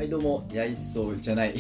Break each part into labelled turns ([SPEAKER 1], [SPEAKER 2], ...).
[SPEAKER 1] はいどうもやいっそうじゃない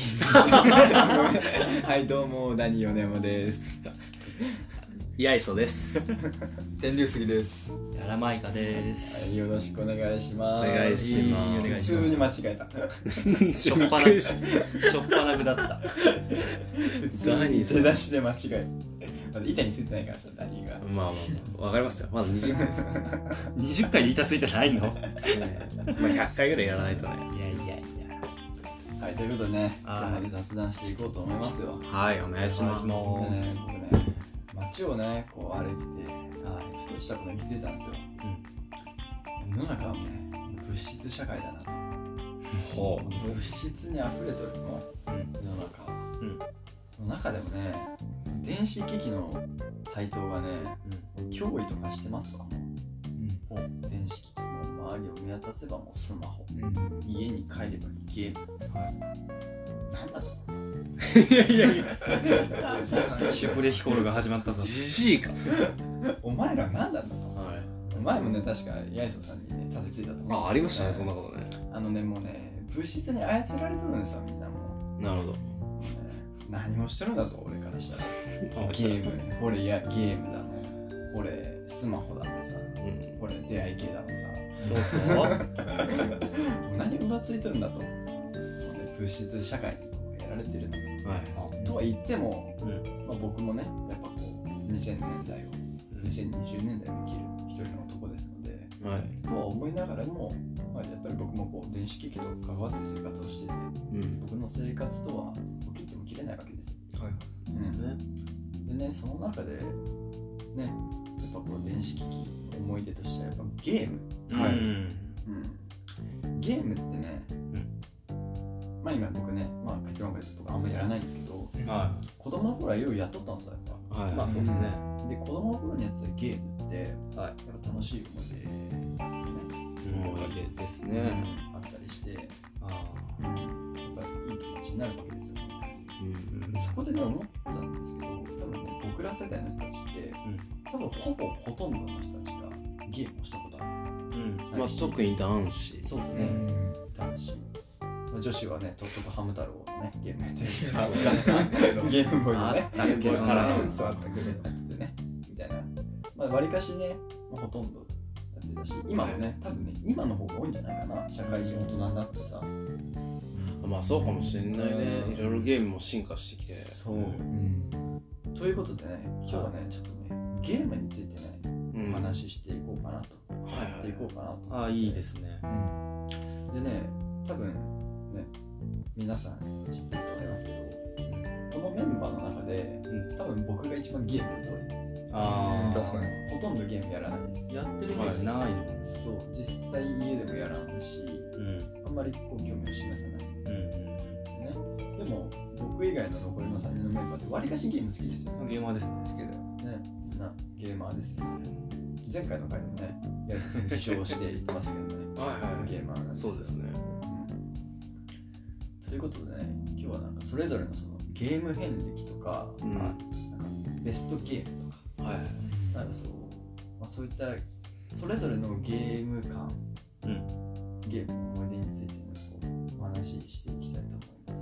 [SPEAKER 1] はいどうもダニヨネモです
[SPEAKER 2] やいそです
[SPEAKER 3] 天竜杉です。
[SPEAKER 2] やらまいかです、
[SPEAKER 1] はい、よろしくお願いします。
[SPEAKER 2] お願いします。
[SPEAKER 1] 普通に間違えた
[SPEAKER 2] しょっぱなぐだった
[SPEAKER 1] 何手出しで間違えた。板についてないからさ、ダニが
[SPEAKER 2] まあわかりますよ。まだ20回ですよ20回で板ついてないの、まあ100回ぐらいやらないとね。いや
[SPEAKER 1] はい、ということでね、今日まで雑談していこうと思いますよ。
[SPEAKER 2] はい、お願いします。
[SPEAKER 1] 僕ね、街をね、こう歩いてて、ふとしたことに気づいたんですよ。世の中はね、物質社会だなと。物質に溢れとるの、世の中は。その中でもね、電子機器の台頭がね、脅威とかしてますわ。電子機器も周りを見渡せばもうスマホ、家に帰ればゲーム、なんだと
[SPEAKER 2] いやシュプレヒコールが始まったぞ。ジジイか
[SPEAKER 1] お前ら何なんだと、お前もね、確かヤイソさんにね、たどり着いたと思うんですけど、
[SPEAKER 2] ありましたね、そんなことね。
[SPEAKER 1] もうね、物質に操られてるんですよ、みんなもう。
[SPEAKER 2] なるほど、
[SPEAKER 1] 何をしてるんだと、俺からしたらゲームね、これゲームだの、これスマホだのさ、これ出会い系だのさ何をがついてるんだと、物質社会にやられてるんだと、とは言っても、僕もね、やっぱこう2000年代を2020年代を生きる一人の男ですので、とは思いながらも、やっぱり僕もこう電子機器と関わって生活をしてて、僕の生活とは切っても切れないわけですよ。でね、その中でね、やっぱこう電子機器の思い出としてはやっぱゲーム、ゲームってね、今僕ね、結論から言うと僕あんまりやらないんですけど、子供の頃はよくやっとったんですよ、やっぱ。
[SPEAKER 2] そうですね。
[SPEAKER 1] で、子供の頃にやってたゲームって、やっぱ楽しい思い出
[SPEAKER 2] ですね。
[SPEAKER 1] あったりして、やっぱいい気持ちになるわけですよ。そこでね、思ったんですけど、多分ね、僕ら世代の人たちって、多分ほとんどの人たちがゲームをしたことある。
[SPEAKER 2] 特に男子。
[SPEAKER 1] そうね、男子。女子はね、とっとこハム太郎をね、ゲームやってる。ゲームボーイのね、ゲームからそうあったけどやっててね、みたいな。わりかしね、ほとんどやってたし、今もね、多分ね、今の方が多いんじゃないかな、社会人大人になってさ。
[SPEAKER 2] そうかもしれないね。いろいろゲームも進化してきて。
[SPEAKER 1] ということでね、今日はね、ちょっとね、ゲームについてね、お話ししていこうかなと。やっていこうかなと。
[SPEAKER 2] いいですね。
[SPEAKER 1] でね、多分ね、皆さん知ってると思いますけど、このメンバーの中で、多分僕が一番ゲームを取り、
[SPEAKER 3] 確かに
[SPEAKER 1] ほとんどゲームやらないです。
[SPEAKER 2] やってるイメージないの。
[SPEAKER 1] そう、実際家でもやらんし、あんまりこう興味を示さないですね。でも僕以外の残りの3人のメンバーってわりかしゲーム好きですよ。
[SPEAKER 2] ゲーマーですね。
[SPEAKER 1] 好きだよね。みんなゲーマーですよね。前回の回でもね、やささん自称して言ってますけどね。ゲーマーなんですよ。
[SPEAKER 2] そうですね。
[SPEAKER 1] ということでね、今日はなんかそれぞれのそのゲーム遍歴とか、なんかベストゲームとか、なんかそういったそれぞれのゲーム感、ゲームの思い出についてね、お話ししていきたいと思います。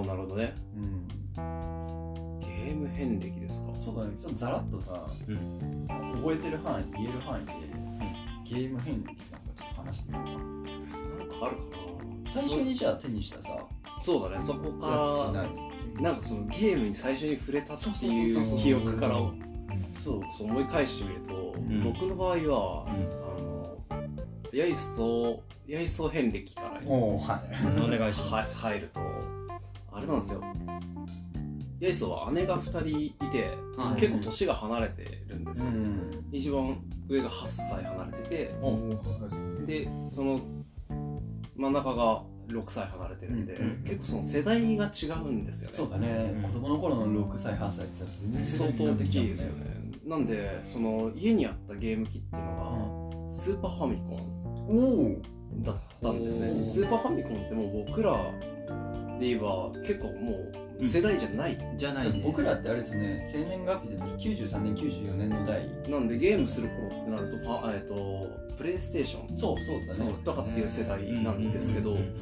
[SPEAKER 2] なるほどね。ゲーム遍歴ですか。
[SPEAKER 1] そうだね、ちょっとざらっとさ、覚えてる範囲、言える範囲で、ゲーム遍歴なんかちょっと話してみようかな。
[SPEAKER 2] なんかあるかな。
[SPEAKER 1] 最初にじゃあ手にしたさ、
[SPEAKER 2] そうだね、そこからなんかそのゲームに最初に触れたっていう記憶からそう思い返してみると、僕の場合はやいそう遍歴から
[SPEAKER 1] お願いします。
[SPEAKER 2] 入るとあれなんですよ。やいそうは姉が2人いて、結構年が離れてるんですよ。一番上が8歳離れてて、でその真ん中が6歳離れてるんで、結構その世代が違うんですよね。
[SPEAKER 1] そうだね、子供の頃の6歳8歳って全然
[SPEAKER 2] 相当大きいですよね。なんでその家にあったゲーム機っていうのがスーパーファミコンだったんですね。スーパーファミコンってもう僕らで言えば結構もう世代じゃない、
[SPEAKER 1] 僕らってあれですね、生年月日で93年94年の代
[SPEAKER 2] なんで、ゲームする頃ってなるとプレイステーション
[SPEAKER 1] そうだね
[SPEAKER 2] とかっていう世代なんですけど、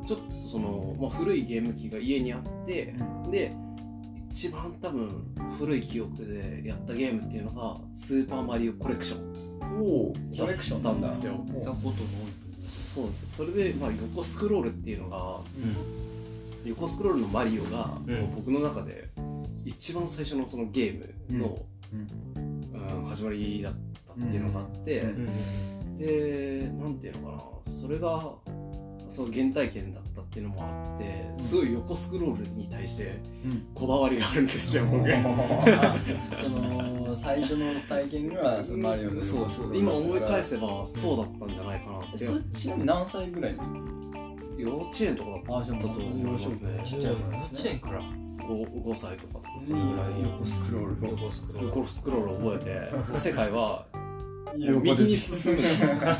[SPEAKER 2] ちょっとその、古いゲーム機が家にあって、で一番多分古い記憶でやったゲームっていうのがスーパーマリオコレクション。
[SPEAKER 1] コレクション
[SPEAKER 2] なんですよ。
[SPEAKER 3] 見たことない。
[SPEAKER 2] そうですよ。それで、横スクロールっていうのが、横スクロールのマリオが、僕の中で一番最初のそのゲームの、始まりだったっていうのがあって、でなんていうのかな、それがその原体験だったっていうのもあって、すごい横スクロールに対してこだわりがあるんですよ、僕。
[SPEAKER 1] その最初の体験がそのマリオの
[SPEAKER 2] そう今思い返せばそうだったんじゃないかなって。
[SPEAKER 1] それちなみに何歳ぐらいの時？
[SPEAKER 2] 幼稚園とかだったと思いますね。
[SPEAKER 3] 幼稚園から
[SPEAKER 2] 5歳とかそ
[SPEAKER 1] れぐらい横スクロール
[SPEAKER 2] 横スクロールを覚えて、世界は右に進む思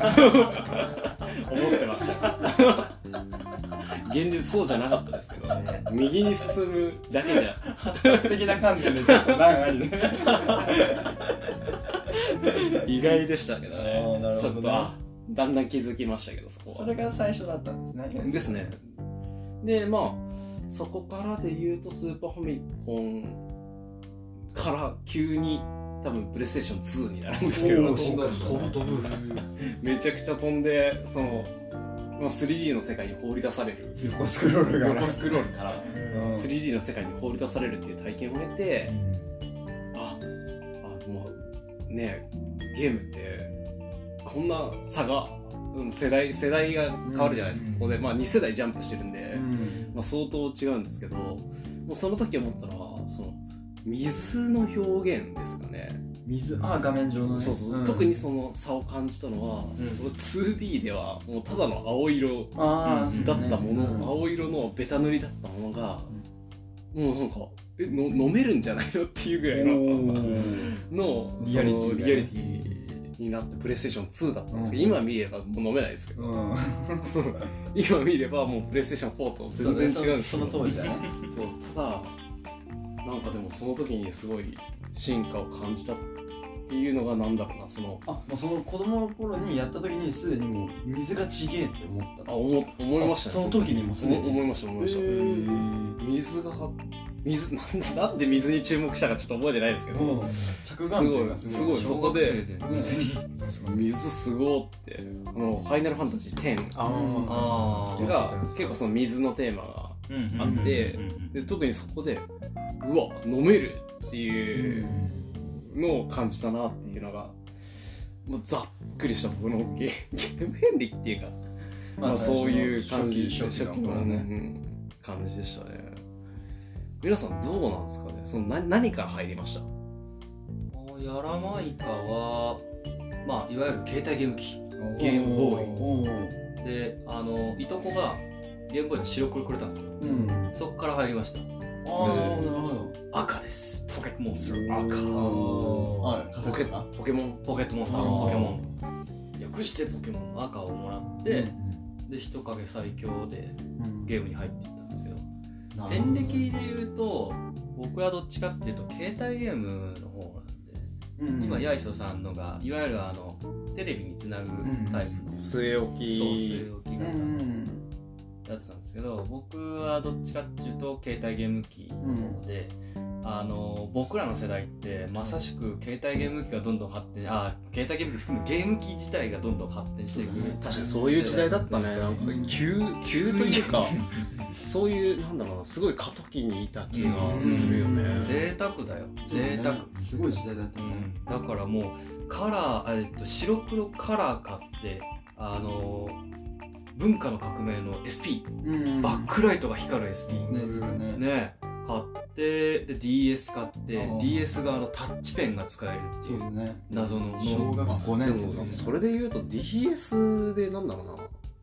[SPEAKER 2] ってました現実そうじゃなかったですけど、右に進むだけじゃ
[SPEAKER 1] 発達的な観点でちょっと難ありね
[SPEAKER 2] 意外でしたけどね。ちょっとだんだん気づきましたけど、
[SPEAKER 1] それが最初だったんですね。
[SPEAKER 2] でそこからで言うとスーパーファミコンから急に多分プレイステーション2になるんですけど、めちゃくちゃ飛んで、その、3D の世界に放り出される、
[SPEAKER 1] 横スクロールから
[SPEAKER 2] 3D の世界に放り出されるっていう体験を経て、もうね、ゲームってこんな差が世代が変わるじゃないですか。そこで2世代ジャンプしてるんで、相当違うんですけど、もうその時思ったのはその水の表現ですかね。
[SPEAKER 1] 画面上のね。
[SPEAKER 2] そう、特にその差を感じたのは、その 2D ではもうただの青色だったもの、青色のベタ塗りだったものが、もうなんか飲めるんじゃないのっていうぐらいのリアリティになってプレイステーション2だったんですけど、今見ればもう飲めないですけど、今見ればもうプレイステーション4と全然違うんですけど、
[SPEAKER 1] その通りだね。
[SPEAKER 2] そう、ただなんかでもその時にすごい進化を感じたっていうのがなんだろうな、もうその
[SPEAKER 1] 子供の頃にやった時にすでにもう水がちげえって思った。
[SPEAKER 2] 思いましたね。
[SPEAKER 1] その時にもすでに
[SPEAKER 2] 思いました。なんで水に注目したかちょっと覚えてないですけど、
[SPEAKER 1] 着眼点が
[SPEAKER 2] すごいそこで水すごって、ファイナルファンタジー10が結構その水のテーマがあって、で特にそこでうわ飲めるっていうのを感じたなっていうのが、ざっくりした僕のゲーム遍歴っていうか、そういう感じ、初期の感じでしたね。皆さんどうなんですかね。その何から入りました？
[SPEAKER 3] やらないかは、いわゆる携帯ゲーム機、ゲームボーイで、いとこがゲームボーイの白黒くれたんですよ。そこから入りました。
[SPEAKER 1] なるほど。
[SPEAKER 3] 赤です。ポケットモンスター
[SPEAKER 2] 赤。ポケモン
[SPEAKER 3] ポケットモンスターのポケモン、略してポケモン赤をもらって、で人影最強でゲームに入っていったんですけど、遍歴で言うと僕はどっちかっていうと携帯ゲームの方なんで、今ヤイソさんのがいわゆるテレビにつなぐタイプの
[SPEAKER 2] 据え置き
[SPEAKER 3] 型のやつなんですけど、僕はどっちかっていうと携帯ゲーム機の方で、僕らの世代ってまさしく携帯ゲーム機がどんどん発展、携帯ゲーム機含むゲーム機自体がどんどん発展していく。
[SPEAKER 2] 確かにそういう時代だったね。なんか急というかそういうなんだろうな、すごい過渡期にいた気がするよね。
[SPEAKER 3] 贅沢だよ、贅沢。
[SPEAKER 1] すごい時代だったね。
[SPEAKER 3] だからもうカラー、白黒カラー買って文化の革命の SP、バックライトが光る SP ね買ってで DS 買って、DS がタッチペンが使えるっていう謎の
[SPEAKER 1] 小学5年生。
[SPEAKER 2] でもそれで言うと DS でなんだろうな、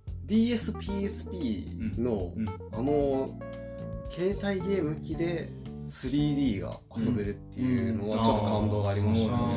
[SPEAKER 2] DSPSP の、携帯ゲーム機で 3D が遊べるっていうのはちょっと感動がありましたね。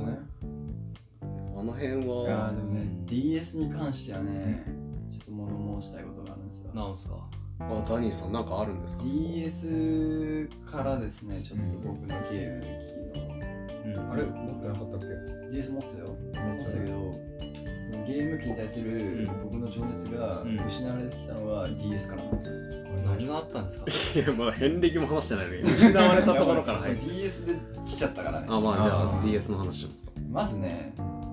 [SPEAKER 2] あの辺は。
[SPEAKER 1] いやでもね、DS に関してはね、ちょっと物申したいことがあるんですよ。
[SPEAKER 3] なんすか？
[SPEAKER 2] ダニーさんなんかあるんですか？
[SPEAKER 1] DS からですね、ちょっと僕のゲーム機の、
[SPEAKER 3] あれ持ってなかったっけ？
[SPEAKER 1] DS 持ってたよ。持ってたけど、そのゲーム機に対する僕の情熱が失われてきたのは DS からなんですよ。
[SPEAKER 3] 何があったんですか？
[SPEAKER 2] いやまだ遍歴も話してないのに失われたところから入って
[SPEAKER 1] DS で来ちゃったからね。
[SPEAKER 2] あ、まあじゃあ DS の話しますか。
[SPEAKER 1] まずね、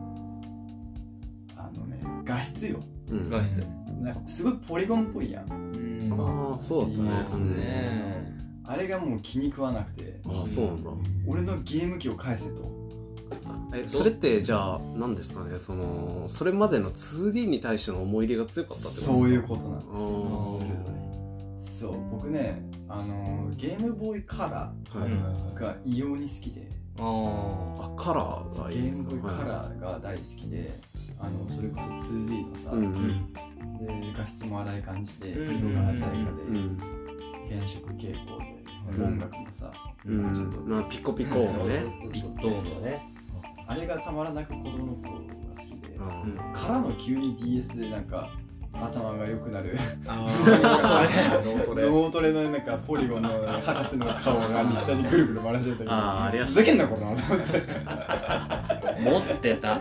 [SPEAKER 1] 画質よ。
[SPEAKER 3] 画質
[SPEAKER 1] なんかすごいポリゴンっぽいやん。
[SPEAKER 2] ああ、そうだった
[SPEAKER 3] ね。
[SPEAKER 1] あれがもう気に食わなくて。
[SPEAKER 2] ああ、そうなんだ。
[SPEAKER 1] 俺のゲーム機を返せと。
[SPEAKER 2] それってじゃあ何ですかね、それまでの 2D に対しての思い入れが強かったってことですか？
[SPEAKER 1] そういうことなんです。そう、僕ね、ゲームボーイカラーが異様に好きで、
[SPEAKER 2] カラーがいいですか？
[SPEAKER 1] ゲームボーイカラーが大好きで、それこそ 2D のさ、で画質も荒い感じで色が鮮やかで、原色傾向で、音楽もさ、
[SPEAKER 2] ちょっとピコピコね、
[SPEAKER 3] ビット音のね、
[SPEAKER 1] あれがたまらなく子供の頃が好きで、からの急に DS でなんか頭が良くなる脳トレのなんかポリゴンの博士の顔が立体にぐるぐる回らせてたけど、ふざけんなこれなと思って
[SPEAKER 3] 持ってた。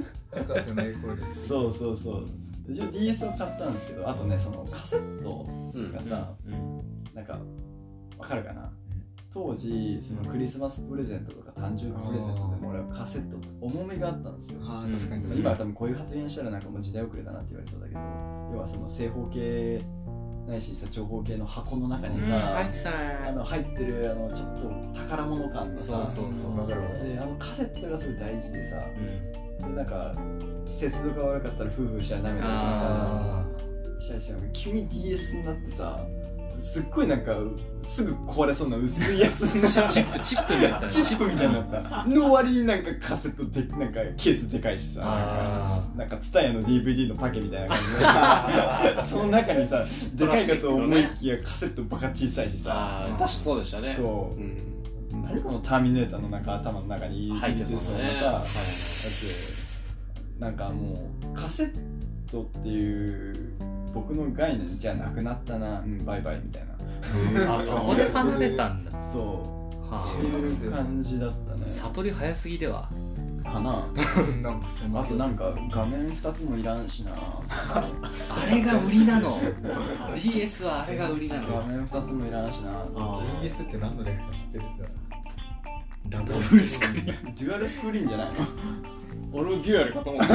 [SPEAKER 1] そうそうそう。一応 DS を買ったんですけど、あとね、そのカセットがさ、なんかわかるかな、当時そのクリスマスプレゼントとか誕生日プレゼントでも俺はカセットと重みがあったんですよ。
[SPEAKER 4] 確かに
[SPEAKER 1] 今は多分こういう発言したらなんかもう時代遅れだなって言われそうだけど、要はその正方形ないしさ長方形の箱の中にさ、入ってるちょっと宝物感のさ、でカセットがすごい大事でさ、でなんか接続が悪かったら夫婦したらダメだとかさしたりして、急に DS になってさ、すっごいなんかすぐ壊れそうな薄いやつに
[SPEAKER 3] チップみたいになった。
[SPEAKER 1] チップみたいになったの割になんかカセットでなんかケースでかいしさ、なんかTSUTAYAの DVD のパケみたいな感じでその中にさでかいかと思いきやカセットバカ小さいしさ、
[SPEAKER 2] 確かそうでしたね。
[SPEAKER 1] そう、何このターミネーターのなんか頭の中に
[SPEAKER 2] 入ってそうな
[SPEAKER 1] さ、なんかもうカセットっていう僕の概念じゃなくなったな、バイバイみたいな。
[SPEAKER 3] そこで離れたんだ。
[SPEAKER 1] そう、そういう感じだったね。
[SPEAKER 3] 悟り早すぎでは
[SPEAKER 1] かな。あとなんか画面2つもいらんしな。
[SPEAKER 3] あれが売りなの。DS はあれが売りなの。
[SPEAKER 1] 画面2つもいらんしな。
[SPEAKER 4] DS って何の略か知ってる？
[SPEAKER 3] ダブルスクリーン。
[SPEAKER 1] デュアルスクリーンじゃないの？
[SPEAKER 2] 俺もデュアルかと思った。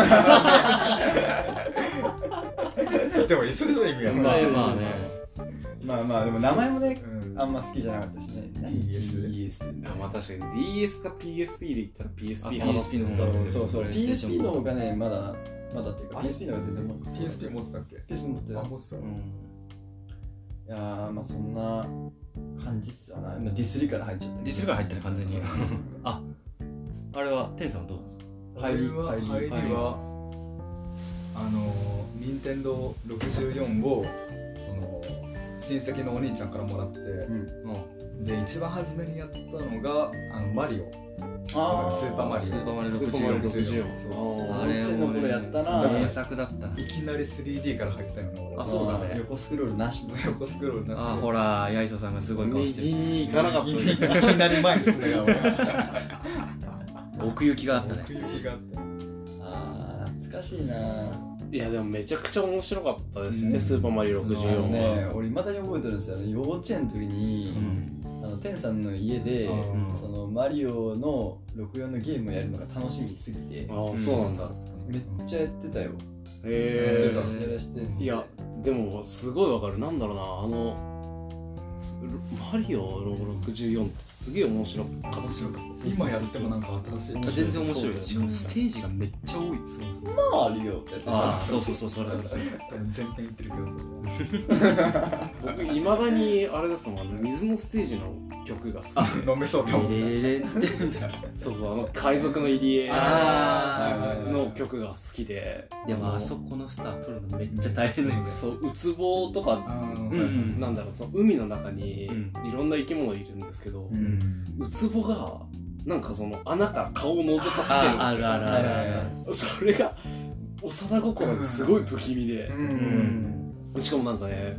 [SPEAKER 4] でも一緒でしょ、意味は。
[SPEAKER 3] まあ
[SPEAKER 1] まあでも名前もね、あんま好きじゃなかったしね。DS。
[SPEAKER 2] まあ確かに DS か PSP で言ったら PSP
[SPEAKER 3] の方だったんですよ。
[SPEAKER 1] そう PSP の方がねまだっていうか PSP の方が全然もう
[SPEAKER 4] PSP 持ってたっけ？
[SPEAKER 1] PSP 持ってた。
[SPEAKER 4] 持ってた。
[SPEAKER 1] いやー、まあそんな感じっすよな。ディスリから入っちゃった。
[SPEAKER 3] ディスリから入ったね完全に。あれはテンさんはどうですか？
[SPEAKER 4] 入りは任天堂64をその親戚のお兄ちゃんからもらって、で一番初めにやったのがマリオ、スーパーマリオ
[SPEAKER 2] 64。
[SPEAKER 1] あれの頃やったな。
[SPEAKER 3] 名作だったな。
[SPEAKER 4] いきなり 3D から入ったよね。
[SPEAKER 3] あ、そうだね。
[SPEAKER 1] 横スクロールなし。
[SPEAKER 4] 横スクロールなし。
[SPEAKER 3] ほら、ヤイソさんがすごい顔してる。
[SPEAKER 2] 右に行かなかった。
[SPEAKER 4] いきなり前に進んだよ。
[SPEAKER 3] 奥行きがあったね。
[SPEAKER 4] 奥行きがあった。
[SPEAKER 1] 懐かしいな。
[SPEAKER 2] いやでもめちゃくちゃ面白かったですね、スーパーマリオ64は
[SPEAKER 1] ね。俺未だに覚えてるんですよ。幼稚園の時にテンさんの家でそのマリオの64のゲームをやるのが楽しみすぎて、
[SPEAKER 2] そうなんだ、
[SPEAKER 1] めっちゃやってたよ。
[SPEAKER 2] いやでもすごいわかる。なんだろうな、マリオの64ってすげえ面白かった。
[SPEAKER 4] 今やってもなんか新しい。
[SPEAKER 3] 全然面白い。しかもステージがめっちゃ多い。
[SPEAKER 1] マリオって
[SPEAKER 3] そうそれ。
[SPEAKER 4] 多分全編いってるけど
[SPEAKER 2] 僕いまだにあれですもん、水のステージの曲が好き。
[SPEAKER 4] 飲めそうと思って。
[SPEAKER 2] そう海賊の入り江の曲が好きで。
[SPEAKER 3] でもあそこのスター取るのめっちゃ大変だよね。
[SPEAKER 2] そうウツボとかなんだろう、その海の中にいろんな生き物いるんですけど、ウツボがなんかその穴から顔を覗かせてるんですよ。
[SPEAKER 3] ある。
[SPEAKER 2] それが幼心ですごい不気味で、しかもなんかね、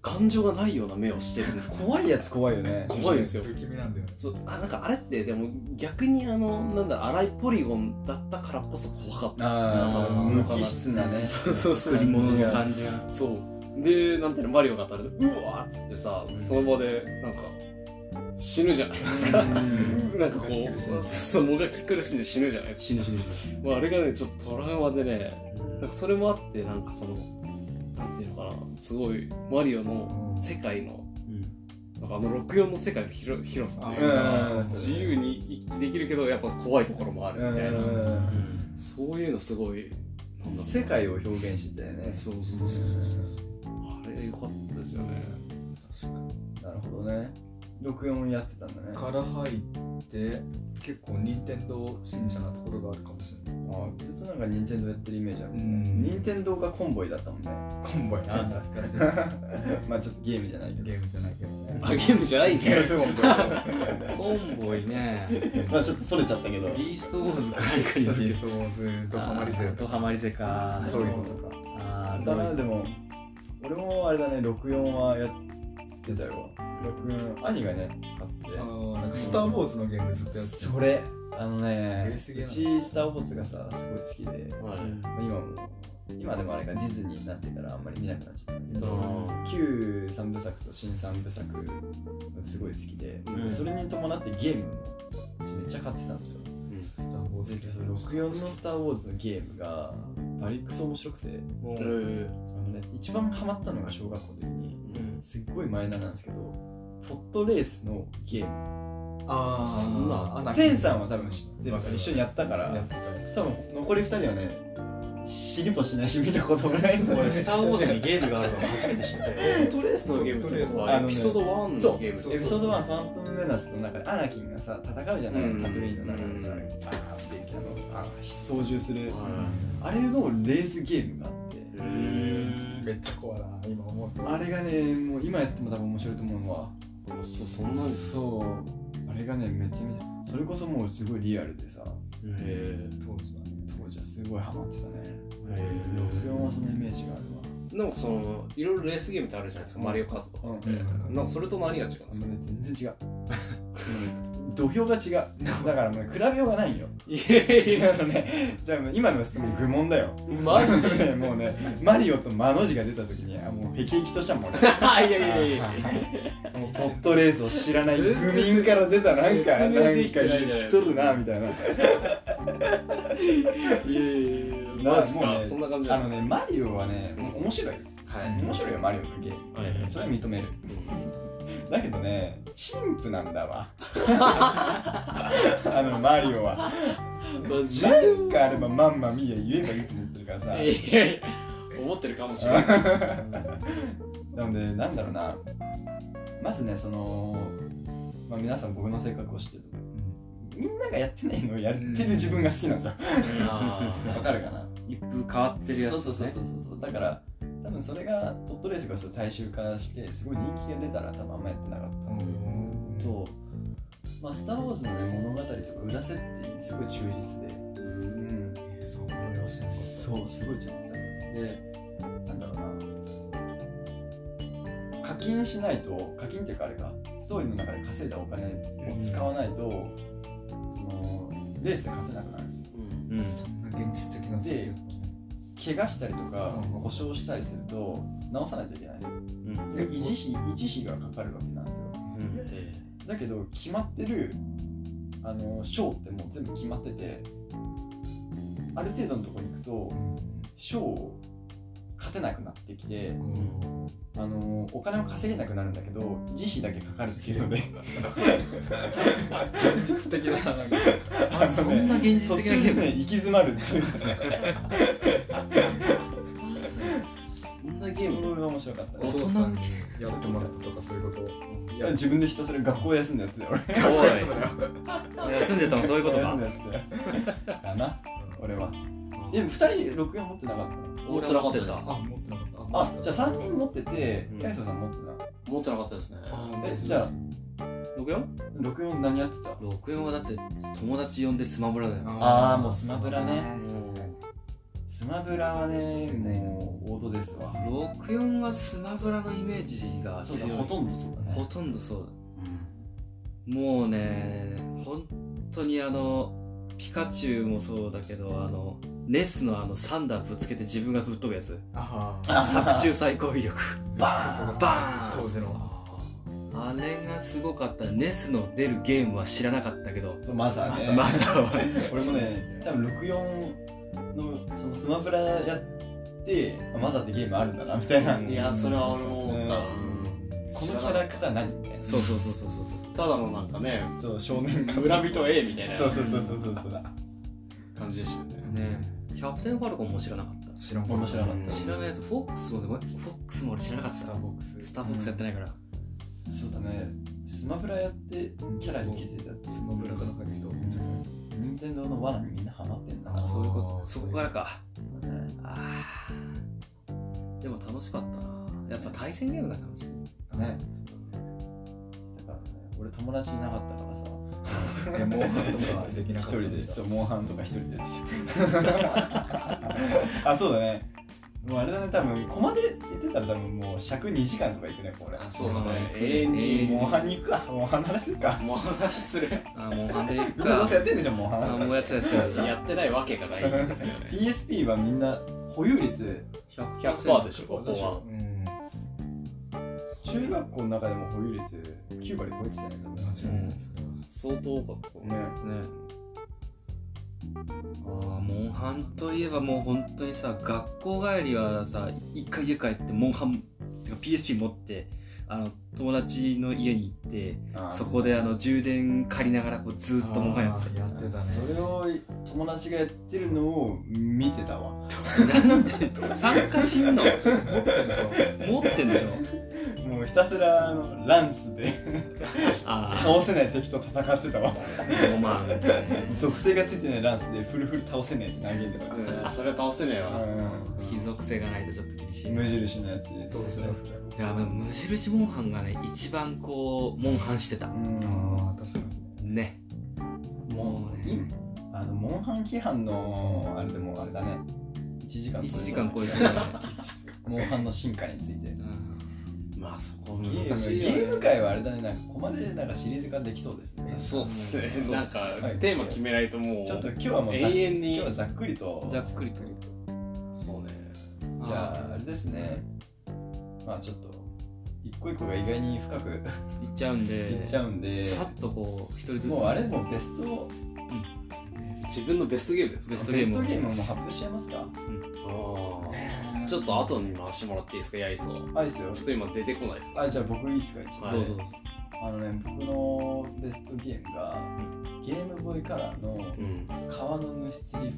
[SPEAKER 2] 感情がないような目をしてる
[SPEAKER 1] 怖いやつ怖いよね。
[SPEAKER 2] 怖いですよ。
[SPEAKER 4] 不気味なんだよね。
[SPEAKER 2] そうなんかあれってでも逆になんだ荒いポリゴンだったからこそ怖かった。
[SPEAKER 1] 無機質なね。
[SPEAKER 2] そう
[SPEAKER 3] 作り物の感じが。
[SPEAKER 2] そうでなんていうのマリオが当たるとうわーっつってさその場でなんか死ぬじゃないですか。なんかこうそうもがき苦しんで死ぬじゃないですか。死ぬ。あれがねちょっとトラウマでね、なんかそれもあってなんかそのなんていうのかなすごいマリオの世界のなんか64の世界の広さっていうか自由にできるけどやっぱ怖いところもあるみたいな、そういうのすごい
[SPEAKER 1] なんだ世界を表現してたよね。
[SPEAKER 2] そうあれ良かったですよね。
[SPEAKER 1] 確かに。なるほどね。64やってたんだね。
[SPEAKER 4] から入って結構任天堂信者なところがあるかもしれない。
[SPEAKER 1] ずっとなんか任天堂やってるイメージあるもんね。任天堂がコンボイだったもんね。
[SPEAKER 4] コンボイ懐かしい。
[SPEAKER 1] まあちょっとゲームじゃないけど。
[SPEAKER 4] ゲームじゃないけどね。
[SPEAKER 2] あゲームじゃないんだよ。
[SPEAKER 3] コンボイね。
[SPEAKER 1] まあちょっとそれちゃったけど。
[SPEAKER 3] ビーストウォーズか
[SPEAKER 4] 何かにビーストウォーズドハマり勢
[SPEAKER 3] ドハマり勢か。
[SPEAKER 4] そういうことか。
[SPEAKER 1] だなでも俺もあれだね64はやってたよ。64兄がね買って。
[SPEAKER 4] なんかスター・ウォーズのゲームずっとやって。
[SPEAKER 1] それうちスター・ウォーズがさすごい好きで、今でもあれがディズニーになってからあんまり見なくなっちゃったんだけど、旧3部作と新3部作すごい好きで、それに伴ってゲームもめっちゃ買ってたんですよ。64のスター・ウォーズのゲームがバリクソ面白くて、一番ハマったのが小学校の時に、すっごいマイナーなんですけどフォットレースのゲーム。
[SPEAKER 2] そんな
[SPEAKER 1] センさんは多分知ってるから一緒にやったから多分残り2人はね知りもしないし見たことがない。
[SPEAKER 3] 俺スター・ウォーズにゲームがあるの初めて知ったよ。
[SPEAKER 2] フォットレースのゲームってことはエピソード1のゲーム。
[SPEAKER 1] そうエピソード1ファントムメナスの中でアナキンがさ戦うじゃない、タトレインの中でさバーンって操縦するあれのレースゲームがあって、
[SPEAKER 4] めっちゃ怖いな今思って。
[SPEAKER 1] あれがねもう今やっても多分面白いと思うのは
[SPEAKER 2] そんなに
[SPEAKER 1] そうあれがねめちゃめちゃそれこそもうすごいリアルでさ当時はすごいハマってたね。64はそのイメージがあるわ。
[SPEAKER 2] なんかそのいろいろレースゲームってあるじゃないですか、マリオカートとかって、なんかそれと何が違うんですか？
[SPEAKER 1] 全然違う。土俵が違う。だからもう比べようがないよ。
[SPEAKER 2] いや
[SPEAKER 1] じゃあ今のはすごい愚問だよ。
[SPEAKER 2] マジで
[SPEAKER 1] もうねマリオとマの字が出た時にもうへきへきとしたもんね。
[SPEAKER 2] いや
[SPEAKER 1] もうポットレースを知らない愚民から出たなんか言っとるなみたいな。
[SPEAKER 2] マジか、そんな感じ。
[SPEAKER 1] マリオはね面白い。面白いよマリオのゲーム。それは認める。だけどね、陳腐なんだわ。マリオは。なんかあればまんまみや言えばいいと思ってるからさ。
[SPEAKER 2] 思ってるかもしれない。
[SPEAKER 1] なので、なんだろうな。まずね、皆さん僕の性格を知ってると思う。みんながやってないのをやってる自分が好きなんですよ。わかるかな？
[SPEAKER 3] 一風変わってるやつですね。
[SPEAKER 1] そう。だから、多分それがポットレースが大衆化してすごい人気が出たら多分あんまやってなかったと、スター・ウォーズの、ね、物語とか裏設定にすごい忠実で、そうすごい忠実なんで、なんだろうな、課金しないと課金っていうかあれかストーリーの中で稼いだお金を使わないと、レースで勝てなくなるんですよ。
[SPEAKER 4] そんな現実的な
[SPEAKER 1] で怪我したりとか故障したりすると直さないといけないんですよ。維持費がかかるわけなんですよ。だけど決まってる賞ってもう全部決まってて、ある程度のところに行くと賞を勝てなくなってきて、お金を稼げなくなるんだけど維持費だけかかるっていうので
[SPEAKER 4] 現実的ななんか
[SPEAKER 3] そんな現実的なゲーム
[SPEAKER 1] ね行き詰まるっていう
[SPEAKER 2] そんなゲーム
[SPEAKER 1] が面白かったね。
[SPEAKER 4] お父さんにやってもらったとかそういうこと
[SPEAKER 1] いや自分でひたすら学校休んだやつだよ
[SPEAKER 3] 俺。休んでたのそういうことか。
[SPEAKER 1] 休んだやつだよかな俺は。でも2人64持ってなかったの？
[SPEAKER 2] 持ってなかったです。
[SPEAKER 4] 持ってなかった。
[SPEAKER 1] じゃあ3人持っててヤイソさん持ってない？
[SPEAKER 2] 持ってなかったですね。
[SPEAKER 1] じゃあ
[SPEAKER 3] 64
[SPEAKER 1] 何やってた
[SPEAKER 3] ？64はだって友達呼んでスマブラだよ。
[SPEAKER 1] もうスマブラね。ススマブラはねもう王道ですわ。
[SPEAKER 3] 64はスマブラのイメージが強い。
[SPEAKER 1] ほとんどそうだね。
[SPEAKER 3] ほとんどそうだ、もうね本当にピカチュウもそうだけどネスのサンダーぶつけて自分が吹っ飛ぶやつ、作中最高威力バーンバーン当時のあれがすごかった。ネスの出るゲームは知らなかったけど、
[SPEAKER 1] マザーね。
[SPEAKER 3] マザーは
[SPEAKER 1] 俺もね多分64のそのスマブラやってマザーってゲームあるんだなみたいな。
[SPEAKER 2] いやそれは俺も思った。
[SPEAKER 1] このキャラクター何みたいな。
[SPEAKER 3] そうただのなんかね、
[SPEAKER 1] そう少年
[SPEAKER 2] 村人 A みたいな
[SPEAKER 1] そう
[SPEAKER 2] 感じでした
[SPEAKER 3] ね。キャプテンファルコンも知らなかった。
[SPEAKER 1] 知らなかった。
[SPEAKER 3] 知らないやつ。フォックスも俺知らなかった。スターフォックスやってないから。
[SPEAKER 1] そうだね。スマブラやってキャラに気づいたって。
[SPEAKER 4] スマブラから入る人多いんじゃない？
[SPEAKER 1] 任天堂の罠にみんなハマってんだ。
[SPEAKER 3] そういうこと。そこからか。でも楽しかったな。やっぱ対戦ゲームが楽しい。
[SPEAKER 1] ね。だからね、俺友達いなかったからさ。
[SPEAKER 4] モンハンとかできなかった。
[SPEAKER 1] 一人で、そうモンハンとか一人で。あ、そうだね。もうあれだね、多分コマで言ってたら多分もう尺2時間とかいくね、これ。
[SPEAKER 2] あ、そうだね。永遠に
[SPEAKER 1] モンハンに行くか。モンハンの話するか。
[SPEAKER 2] モンハンの話する。
[SPEAKER 3] モンハンで行くか。
[SPEAKER 1] みんなどうせやってんでしょ、モンハン。
[SPEAKER 3] もうやってた
[SPEAKER 2] やってないわけがないんですよね。
[SPEAKER 1] PSP はみんな保有率
[SPEAKER 2] 100% でしょ、ここは。
[SPEAKER 1] 中学校の中でも保有率9割超えてたよね。
[SPEAKER 2] 相当多かったね。
[SPEAKER 3] モンハンといえばもう本当にさ、学校帰りはさ、一回家帰ってモンハンてか PSP 持って友達の家に行って、そこで充電借りながらこうずっとモンハンやってた。
[SPEAKER 1] それを友達がやってるのを見てたわ。
[SPEAKER 3] なんで参加しんの？持ってんでしょ。
[SPEAKER 1] もうひたすらランスで倒せない敵と戦ってたわ。属性がついてないランスでフル倒せねえって投げんでた。
[SPEAKER 2] それ倒せねえわ。
[SPEAKER 3] 非属性がないとちょっと厳しい。
[SPEAKER 1] 無印のやつで。
[SPEAKER 3] いや無印モンハンがね一番こうモンハンしてた。
[SPEAKER 4] 確かに
[SPEAKER 3] ね。
[SPEAKER 1] もうねモンハン規範のあれでもあれだね。1時間
[SPEAKER 3] 超えてたね。
[SPEAKER 1] モンハンの進化について。
[SPEAKER 2] まあそこ難しいよね。
[SPEAKER 1] ゲーム界はあれだね、なんかここまでなんかシリーズ化できそうですね。
[SPEAKER 2] そうっすね。なんかテーマ決めないともう
[SPEAKER 1] ちょっと今日はもう
[SPEAKER 2] 永遠に
[SPEAKER 1] 今日はざっくりと。
[SPEAKER 2] そうね。
[SPEAKER 1] じゃああれですね。まあちょっと一個一個が意外に深くいっ
[SPEAKER 3] ちゃうんでさっとこう一人ずつ。
[SPEAKER 1] もうあれもベスト
[SPEAKER 2] 自分のベストゲームですか？
[SPEAKER 1] ベストゲームも発表しちゃいますか？
[SPEAKER 2] ちょっと後に回してもらっていいですか、ヤイソー。
[SPEAKER 1] いいですよ。
[SPEAKER 2] ちょっと今出てこないです。
[SPEAKER 1] じゃあ僕いいですか、一応。
[SPEAKER 3] どうぞ。
[SPEAKER 1] 僕のベストゲームがゲームボーイカラーの川のぬしつり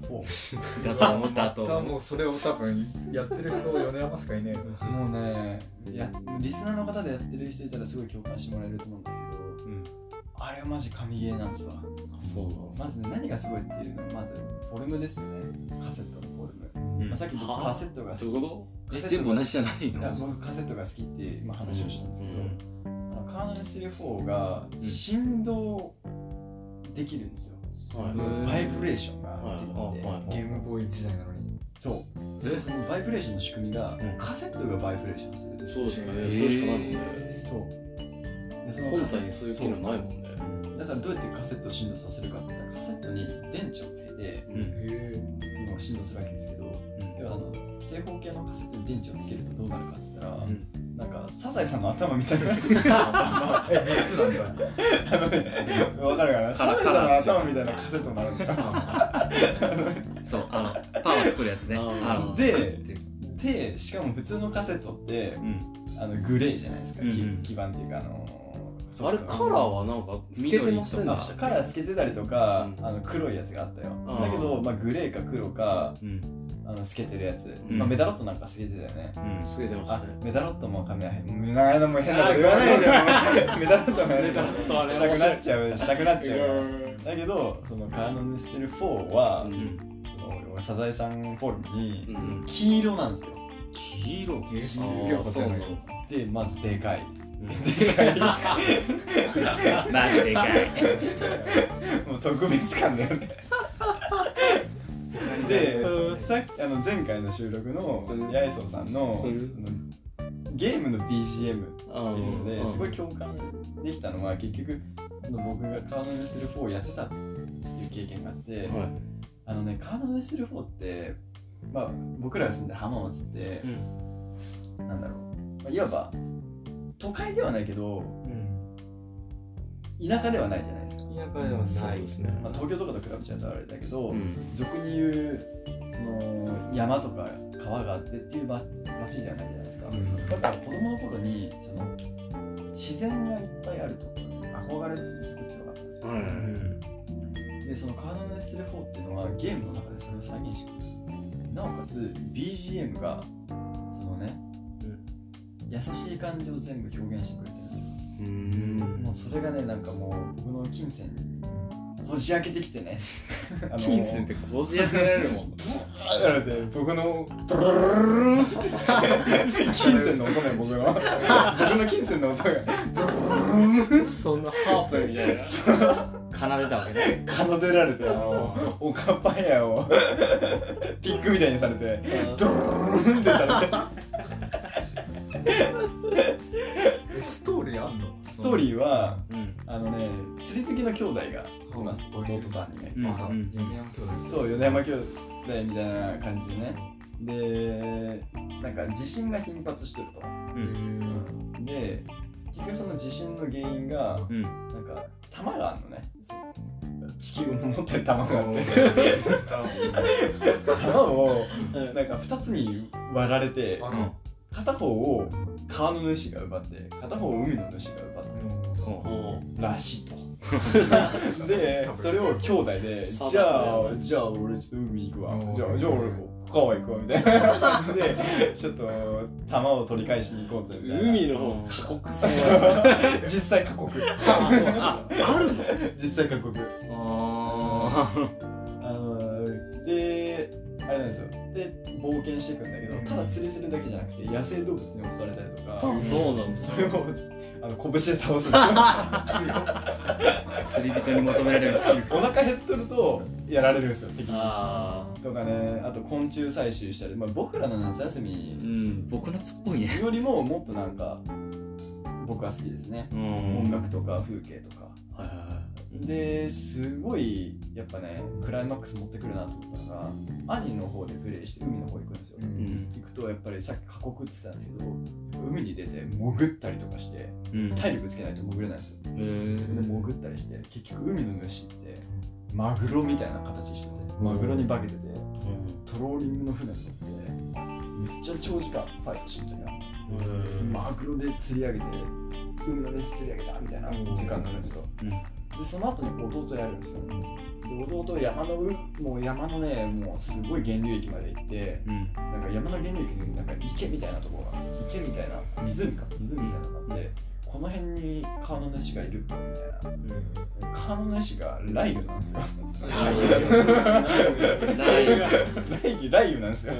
[SPEAKER 1] 4
[SPEAKER 3] だと思ったと。
[SPEAKER 4] もうそれを多分やってる人米山しかいねえ。
[SPEAKER 1] もうね、リスナーの方でやってる人いたらすごい共感してもらえると思うんですけど、あれはマジ神ゲーなんですわ。まずね、何がすごいっていうのはまずフォルムですよね。カセットのフォルム。さっき僕カセットが好き。
[SPEAKER 2] どういうこと？
[SPEAKER 3] 全部同じじゃないの？
[SPEAKER 1] 僕カセットが好きって今話をしたんですけど、カーナル3-4が振動できるんですよ。バイブレーションがついてて、
[SPEAKER 4] ゲームボーイ時代なのに。
[SPEAKER 1] そうでそのバイブレーションの仕組みがカセットがバイブレーションする。
[SPEAKER 2] そうですよね。そうしかないもんね。
[SPEAKER 1] そうでその
[SPEAKER 2] 本体にそういう機能ないもんね。
[SPEAKER 1] だからどうやってカセットを振動させるかって言ったら、カセットに電池をつけてその振動するわけですけど、要は正方形のカセットに電池をつけるとどうなるかって言ったら、なんかサザエさんの頭みたいな3つなんだ。わかるかな。サザエさんの頭みたいなカセットになるんですか。
[SPEAKER 3] そうパンを作るやつね。
[SPEAKER 1] でしかも普通のカセットってグレーじゃないですか。基板っていうか
[SPEAKER 2] あれカラーはなんか透けてませんでしたっけ？
[SPEAKER 1] カラー透けてたりとか黒いやつがあったよ。だけどグレーか黒か透けてるやつ、メダロットなんか透けてたよね。
[SPEAKER 2] 透けてましたね。
[SPEAKER 1] メダロットも髪は長いのも変なこと言わないでよ。メダロットの話したくなっちゃう。だけどそのカーノンスチル4はそのサザエさんフォルムに黄色なんですよ。
[SPEAKER 3] 黄色？
[SPEAKER 1] でまずでかい。
[SPEAKER 3] マジでかい。
[SPEAKER 1] もう特別感だよね。 でさっき前回の収録の八重荘さんのゲームの BGM っていうのですごい共感できたのは、結局僕がカードネスル4をやってたっていう経験があって、カードネスル4ってまあ僕らが住んでる浜松って、なんだろう、いわば都会ではないけど、田舎ではないじゃないですか。
[SPEAKER 3] 田舎ではないですね。
[SPEAKER 1] まあ、東京とかと比べちゃうとあれだけど、俗に言うその山とか川があってっていう町ではないじゃないですか。だから子供の頃にその自然がいっぱいあるところに憧れってすごい強かったんですよ。でそのカードネスル4っていうのはゲームの中でそれを再現してくれる。なおかつ BGM がそのね、優しい感じを全部表現してくれてるんですよ。もうそれがね、なんかもう僕の金銭にこじ開けてきてね
[SPEAKER 2] 金銭ってこじ開けられるもん
[SPEAKER 1] なので僕のドロロロロって金銭の音ね、僕の金銭の音がドロロロロ
[SPEAKER 3] そんなハープみたいな奏でたわけね。
[SPEAKER 1] 奏でられてオカパエアをピックみたいにされてドロロロロってされて
[SPEAKER 4] ストーリーあんの？
[SPEAKER 1] ストーリーは、釣り好きの兄弟がいます、弟と兄がいて、そう米山兄弟みたいな感じでね。でなんか地震が頻発してると、で結局その地震の原因が、なんか玉があるのね、地球の持ってる玉があって玉をなんか2つに割られて、片方を川の主が奪って片方を海の主が奪ったらしいとでそれを兄弟でじゃあ俺ちょっと海行くわ、じゃあ俺川行くわみたいな感じでちょっと玉を取り返しに行こうぜみたいな。
[SPEAKER 2] 海の方過酷そう
[SPEAKER 1] 実際過酷
[SPEAKER 2] あるの？
[SPEAKER 1] 実際過酷であれなんですよ。で冒険していくんだけど、ただ釣りするだけじゃなくて野生動物に襲われたりとか、
[SPEAKER 2] そうなんだ。
[SPEAKER 1] それを拳で倒すんですよ
[SPEAKER 3] 釣り人に求められるスキル。
[SPEAKER 1] お腹減っとるとやられるんですよ、敵に。とかね、あと昆虫採集したり、まあ、僕らの夏休み、
[SPEAKER 3] 僕夏っぽいね
[SPEAKER 1] よりももっとなんか僕は好きですね。音楽とか風景とか。ですごいやっぱねクライマックス持ってくるなと思ったのが、兄の方でプレイして海の方行くんですよ。行くとやっぱりさっき過酷って言ってたんですけど、海に出て潜ったりとかして体力つけないと潜れないんですよ。で潜ったりして結局海の主ってマグロみたいな形してて、マグロに化けてて、トローリングの船に乗ってめっちゃ長時間ファイトしてるマグロで釣り上げて海の主釣り上げたみたいな時間になるんですよ。でその後に弟やるんですよ。で弟山のね、もうすごい源流域まで行って、なんか山の源流域になんか池みたいなところが、池みたいな湖みたいなのがあって、この辺に川の主がいるみたいな。川の主がライユなんですよ。ライユなんですよ。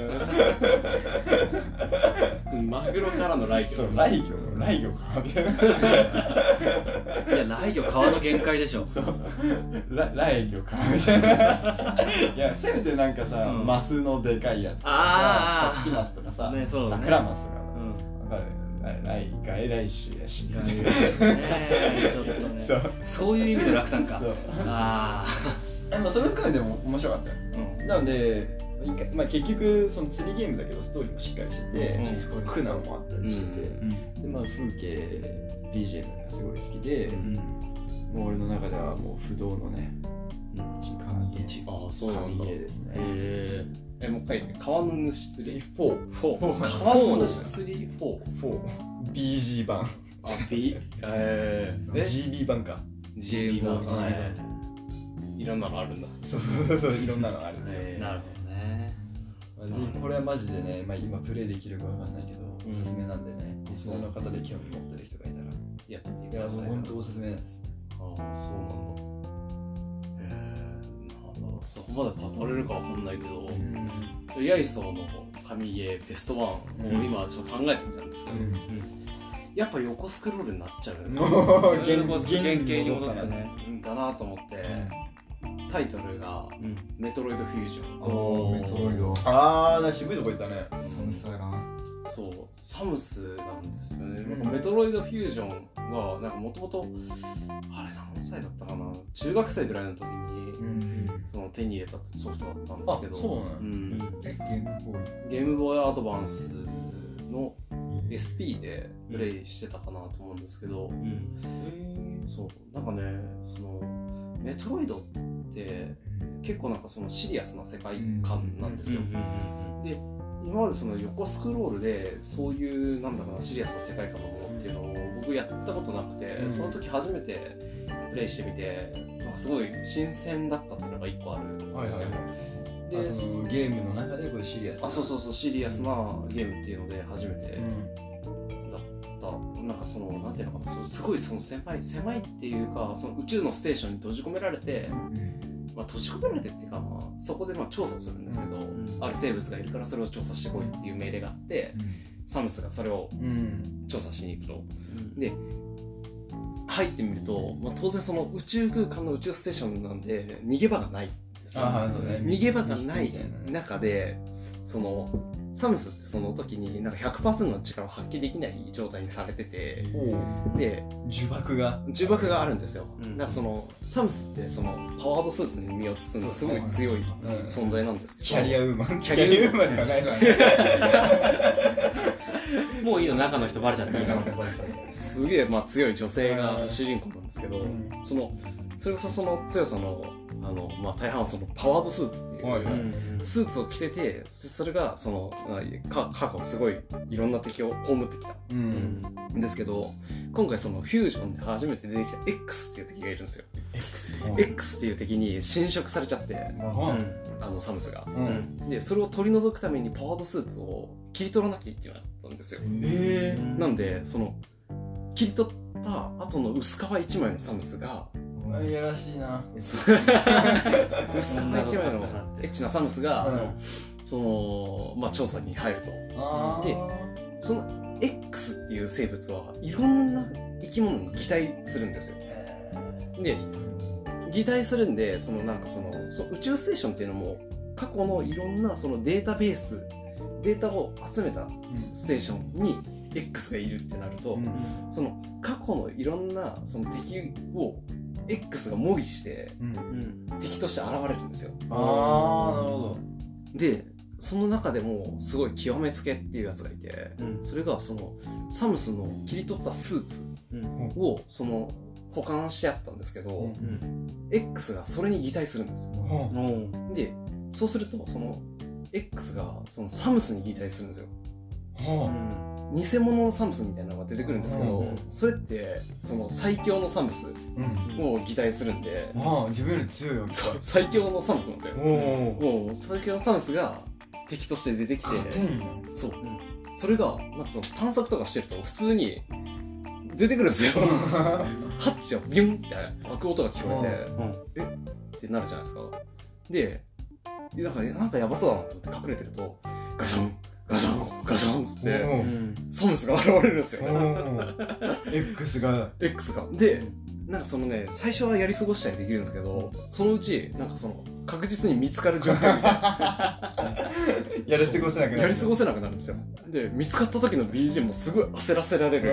[SPEAKER 2] マグロからのライギョ。
[SPEAKER 1] そう、ライギョかみたいな。
[SPEAKER 3] いや、ライギョ川の限界でしょ。
[SPEAKER 1] そう、ライギョかみたいな。いや、せめてなんかさ、マスのでかいやつとかさ、サツキマスとかさ、サクラマスとか、わかる？外来種やし。
[SPEAKER 3] 確かにちょっとね。そういう意味で楽なんか。
[SPEAKER 1] それ含めても面白かったよ。なので、まあ、結局その釣りゲームだけどストーリーもしっかりしてて、苦難もあったりしてて、でまあ風景 BGM がすごい好きで、もう俺の中ではもう不動のね神ゲーですね。
[SPEAKER 2] もう一回言って、川の主釣り
[SPEAKER 1] 4。
[SPEAKER 2] 川の主釣り4。
[SPEAKER 1] BG 版。GB 版か。
[SPEAKER 2] GB 版。いろんなのあるんだ。
[SPEAKER 1] そう、いろんなのあるんですよ。
[SPEAKER 3] なるほどね。
[SPEAKER 1] これはマジでね、まあ今プレイできるかわかんないけど、おすすめなんでね、リスナーの方で興味持ってる人がいたら
[SPEAKER 2] やってみて
[SPEAKER 1] ください。いや、本当おすすめなんですよ。
[SPEAKER 2] そうなんだ。そこまで語れるかわかんないけど、八重荘の神ゲーベスト1を今ちょっと考えてみたんですけど、やっぱ横スクロールになっちゃうよね。
[SPEAKER 3] 原型に戻ったね。
[SPEAKER 2] だなと思って、 タイトルがメトロイドフュージョ
[SPEAKER 4] メ
[SPEAKER 2] ン。
[SPEAKER 4] トロイド。
[SPEAKER 1] 渋いとこ行ったね。
[SPEAKER 4] サムスやな。
[SPEAKER 2] そう、サムスなんですよね。なんかメトロイドフュージョンはなんかもともとあれ何歳だったかな、中学生ぐらいの時にその手に入れたソフトだったんですけど、
[SPEAKER 1] そうなん、
[SPEAKER 2] ゲームボーイアドバンスの SP でプレイしてたかなと思うんですけど、そうなんかね、そのメトロイドって結構なんかそのシリアスな世界観なんですよ。で今までその横スクロールでそういうなんだろうな、シリアスな世界観のものっていうのを僕やったことなくて、その時初めてプレイしてみてなんかすごい新鮮だったっていうのが一個あるんですよ。
[SPEAKER 1] でそのゲームの中でこういうシリアスな、
[SPEAKER 2] そうシリアスなゲームっていうので初めてだった。なんかそのなんていうのかな、すごいその狭いっていうか、その宇宙のステーションに閉じ込められて、閉じ込められてっていうか、そこで調査をするんですけど、ある生物がいるからそれを調査してこいっていう命令があって、サムスがそれを調査しに行くと。で入ってみると、当然その宇宙空間の宇宙ステーションなんで逃げ場がないんですよ。逃げ場がない中で、そのサムスってその時になんか 100% の力を発揮できない状態にされてて、で
[SPEAKER 1] 呪縛が
[SPEAKER 2] あるんですよ。なんかそのサムスってそのパワードスーツに身を包んだすごい強い存在なんですけど、
[SPEAKER 1] キャリアウーマン
[SPEAKER 2] ではないの
[SPEAKER 3] もういいの、中の人バレちゃってるから
[SPEAKER 2] すげえ強い女性が主人公なんですけど、それこそその強さの大半はそのパワードスーツっていうスーツを着てて、それがその過去すごいいろんな敵を葬ってきたんですけど、今回そのフュージョンで初めて出てきた X っていう敵がいるんですよ。X っていう敵に侵食されちゃって、サムスが、でそれを取り除くためにパワードスーツを切り取らなきゃいけなかったんですよ。なんでその切り取った後の薄皮1枚のサムスが
[SPEAKER 1] いやらしいな。
[SPEAKER 2] 薄皮1枚のエッチなサムスが、その調査に入ると。でその X っていう生物はいろんな生き物に擬態するんですよ。で擬態するんで、そのなんかその宇宙ステーションっていうのも過去のいろんなそのデータベース、データを集めたステーションに X がいるってなると、その過去のいろんなその敵を X が模擬して、敵として現れるんですよ。
[SPEAKER 1] なるほど。
[SPEAKER 2] でその中でもすごい極めつけっていうやつがいて、それがそのサムスの切り取ったスーツをその保管してあったんですけど、X がそれに擬態するんですよ。でそうするとその X がそのサムスに擬態するんですよ。偽物のサムスみたいなのが出てくるんですけど、それってその最強のサムスを擬態するんで、
[SPEAKER 1] 自分より強いわけ。
[SPEAKER 2] 最強のサムスなんですよ。もう最強のサムスが敵として出てきて、そう、それがなんかその探索とかしてると普通に出てくるんですよ。ハッチをビュンって開く音が聞こえて、ってなるじゃないですか。でなんかやばそうだなと思って隠れてると、ガシャンガシャンガシャンっつってサムスが現れるんですよ。
[SPEAKER 1] X が
[SPEAKER 2] でなんかそのね、最初はやり過ごしたりできるんですけど、そのうちなんかその確実に見つかる状況みたいな
[SPEAKER 1] やり過ごせなくなる
[SPEAKER 2] んですよ。で見つかった時の BGM もすごい焦らせられる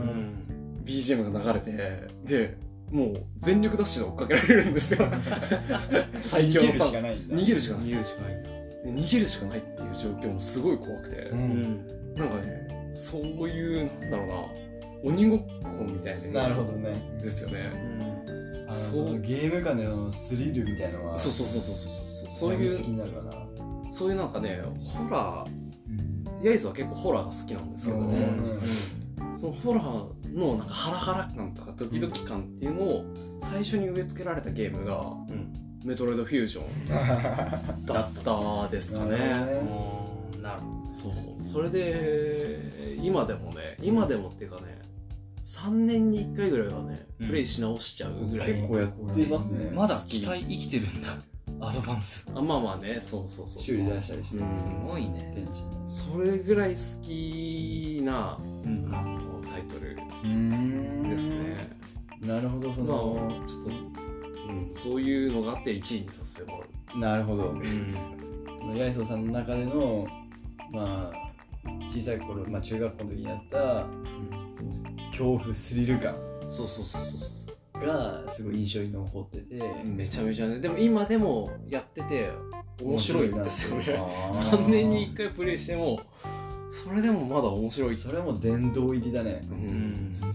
[SPEAKER 2] BGM が流れて、でもう全力ダッシュで追っかけられるんですよ。最強のさ、逃げるしかないっていう状況もすごい怖くて、なんかね、そういうなんだろうな、鬼ごっこみたいな
[SPEAKER 1] 要素
[SPEAKER 2] ですよね。
[SPEAKER 1] そうゲーム間でのスリルみたいなのは
[SPEAKER 2] そういうなんかね、ホラー、ヤイズは結構ホラーが好きなんですけど、そのホラーのなんかハラハラ感とかドキドキ感っていうのを最初に植え付けられたゲームがメトロイドフュージョンだったですかね。
[SPEAKER 3] なるほど。
[SPEAKER 2] そう、それで今でもっていうかね、3年に1回ぐらいはね、プレイし直しちゃうぐらい。
[SPEAKER 1] 結構やってますね。
[SPEAKER 3] まだ機体生きてるんだ。アドバンス。
[SPEAKER 2] まあね、そう。
[SPEAKER 1] 修理出したりして。
[SPEAKER 3] すごいね。
[SPEAKER 2] それぐらい好きなタイトルですね。
[SPEAKER 1] なるほど、その
[SPEAKER 2] ちょっとそういうのがあって1位にさせてもらう。
[SPEAKER 1] なるほど。八重荘さんの中でのまあ小さい頃、まあ、中学校の時にあった、恐怖スリル感がすごい印象に残ってて、
[SPEAKER 2] めちゃめちゃね。でも今でもやってて面白いんですよね。3年に1回プレイしてもそれでもまだ面白い。
[SPEAKER 1] それも殿堂入りだね。
[SPEAKER 4] 面白い。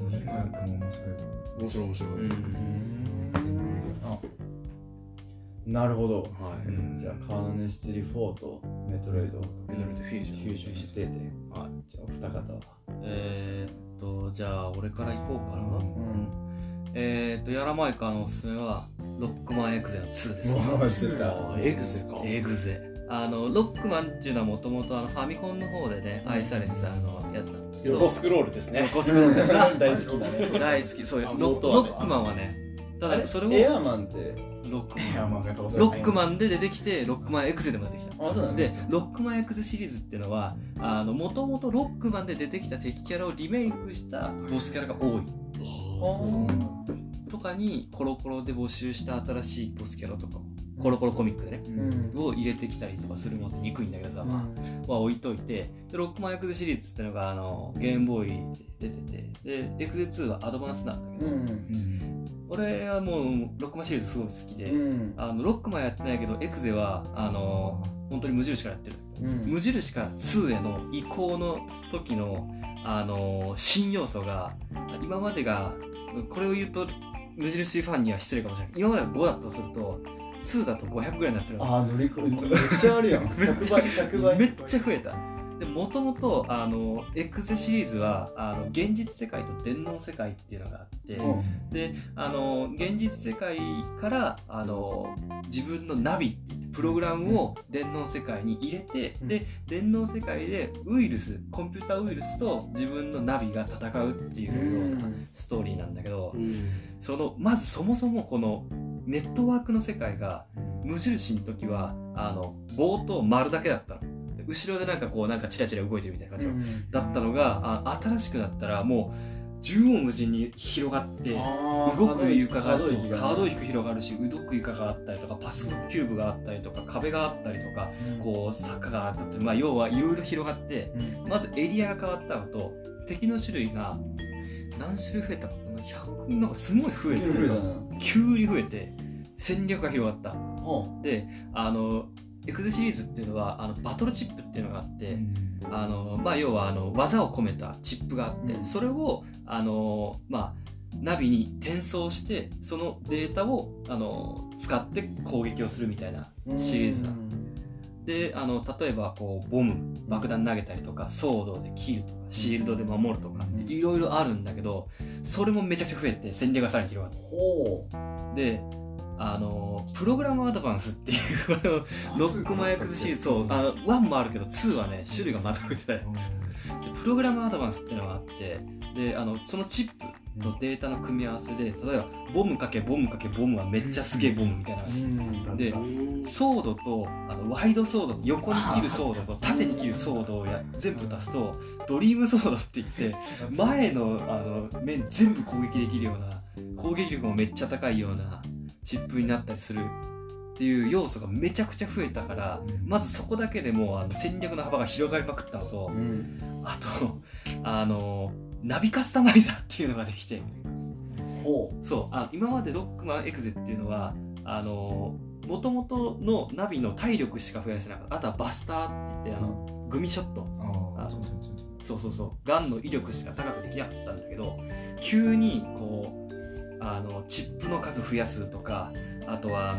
[SPEAKER 1] なるほど。
[SPEAKER 2] はい。
[SPEAKER 1] じゃあカーナネス3とメトロイドフュージョンしてて、
[SPEAKER 2] はい。
[SPEAKER 1] じゃあお二方は。
[SPEAKER 3] じゃあ俺から行こうかな。ヤラマイカのおすすめはロックマンエグゼの2ですね。
[SPEAKER 2] エグゼか。
[SPEAKER 3] エグゼ。ロックマンっていうのはもともとファミコンの方でね愛されてたやつなんですけど。
[SPEAKER 2] 横スクロールですね。
[SPEAKER 3] 横スクロールですね。
[SPEAKER 1] 大好きだね。
[SPEAKER 3] 大好き。そういうロックマンはね。ただそれを
[SPEAKER 1] エアーマンって
[SPEAKER 3] ロックマンで出てきてロックマンエクゼでも出てきた。でロックマンエクゼシリーズっていうのはもともとロックマンで出てきた敵キャラをリメイクしたボスキャラが多いとかにコロコロで募集した新しいボスキャラとかコロコロコミックでね、を入れてきたりとかするので憎いんだけどさ、は置いといて、でロックマンエクゼシリーズっていうのがゲームボーイで出てて、でエクゼ2はアドバンスなんだけど、俺はもうロックマンシリーズすごい好きで、ロックマンやってないけどエクゼは本当に無印からやってる、無印から2への移行の時の新要素が今までが、これを言うと無印ファンには失礼かもしれない、今までは5だとすると2だと500ぐらいになってる。
[SPEAKER 1] 乗り越えめっちゃあるやん。100倍
[SPEAKER 3] めっちゃ増えた。でもともとエクゼシリーズは現実世界と電脳世界っていうのがあって、で現実世界から自分のナビって言ってプログラムを電脳世界に入れて、で電脳世界でコンピューターウイルスと自分のナビが戦うっていうようなストーリーなんだけど、まずそもそもこのネットワークの世界が無印の時は冒頭丸だけだったの。後ろでなんかチラチラ動いてるみたいな感じだったのが、新しくなったらもう縦横無尽に広がって、動く床がカード域広がるし、動く床があったりとか、パスキューブがあったりとか、壁があったりとか、坂があったり、要はいろいろ広がって、まずエリアが変わったのと、敵の種類が何種類増えたかな、100なんかすごい増えて、急に増えて戦略が広がった。でエクゼシリーズっていうのはバトルチップっていうのがあって、要は技を込めたチップがあって、それをナビに転送してそのデータを使って攻撃をするみたいなシリーズだ。で例えばボム爆弾投げたりとか、ソードで切るとか、シールドで守るとかっていろいろあるんだけど、それもめちゃくちゃ増えて戦略がさらに広がった。でプログラムアドバンスっていうロックマンエクゼシリーズ、1もあるけど2はね種類がまとめてない。プログラムアドバンスっていうのがあって、でそのチップのデータの組み合わせで、例えばボムかけボムかけボムはめっちゃすげえボムみたいな、でソードとワイドソード、横に切るソードと縦に切るソードを全部足すとドリームソードって言って、前の面全部攻撃できるような、攻撃力もめっちゃ高いようなチップになったりするっていう要素がめちゃくちゃ増えたから、まずそこだけでも戦略の幅が広がりまくったのと、あとナビカスタマイザーっていうのができて、そう今までロックマンエクゼっていうのはもともとのナビの体力しか増やせなかった。あとはバスターって言ってグミショット、そうガンの威力しか高くできなかったんだけど、急にチップの数増やすとか、あとは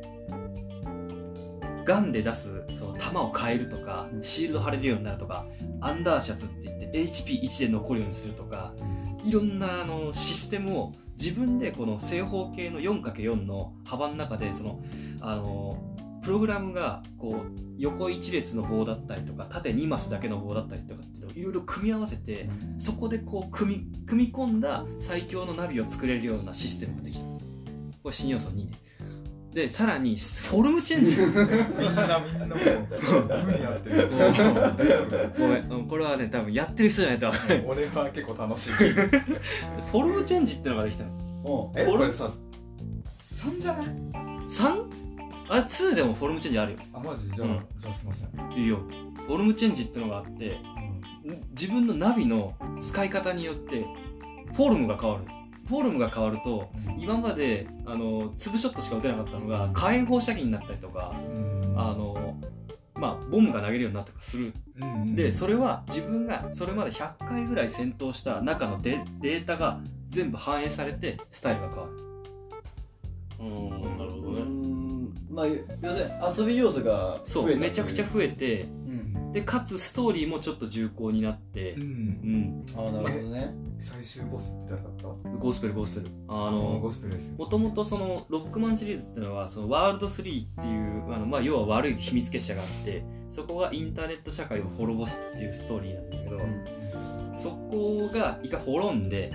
[SPEAKER 3] ガンで出す弾を変えるとか、シールド貼れるようになるとか、アンダーシャツって言って HP1 で残るようにするとか、いろんなシステムを自分でこの正方形の 4×4 の幅の中でプログラムが横1列の棒だったりとか、縦2マスだけの棒だったりとかっていうのをいろいろ組み合わせて、そこで組み込んだ最強のナビを作れるようなシステムができた。これ新要素2で、さらにフォルムチェンジみんなもう無理やってる。ごめん、これはね多分やってる人じゃないと分からない。
[SPEAKER 4] 俺は結構楽しい。
[SPEAKER 3] フォルムチェンジってのができたの。
[SPEAKER 4] これさ 3じゃない？
[SPEAKER 3] 3？ あれ2でもフォルムチェンジあるよ。
[SPEAKER 4] あ、マジ？じゃあすいません。
[SPEAKER 3] いいよ。フォルムチェンジってのがあって、自分のナビの使い方によってフォルムが変わる。フォルムが変わると、今まで粒ショットしか打てなかったのが火炎放射器になったりとか、ボムが投げるようになったりする。でそれは自分がそれまで100回ぐらい戦闘した中のデータが全部反映されてスタイルが変わる。
[SPEAKER 2] なるほどね。
[SPEAKER 1] まあ要するに遊び要素が増えた。
[SPEAKER 3] めちゃくちゃ増えて、でかつストーリーもちょっと重厚になって、
[SPEAKER 1] ああなるほどね。
[SPEAKER 4] 最終ボスって誰だった？
[SPEAKER 3] ゴスペル。ゴスペルです。もともとそのロックマンシリーズっていうのはそのワールド3っていう要は悪い秘密結社があって、そこがインターネット社会を滅ぼすっていうストーリーなんだけど、そこが一回滅んで、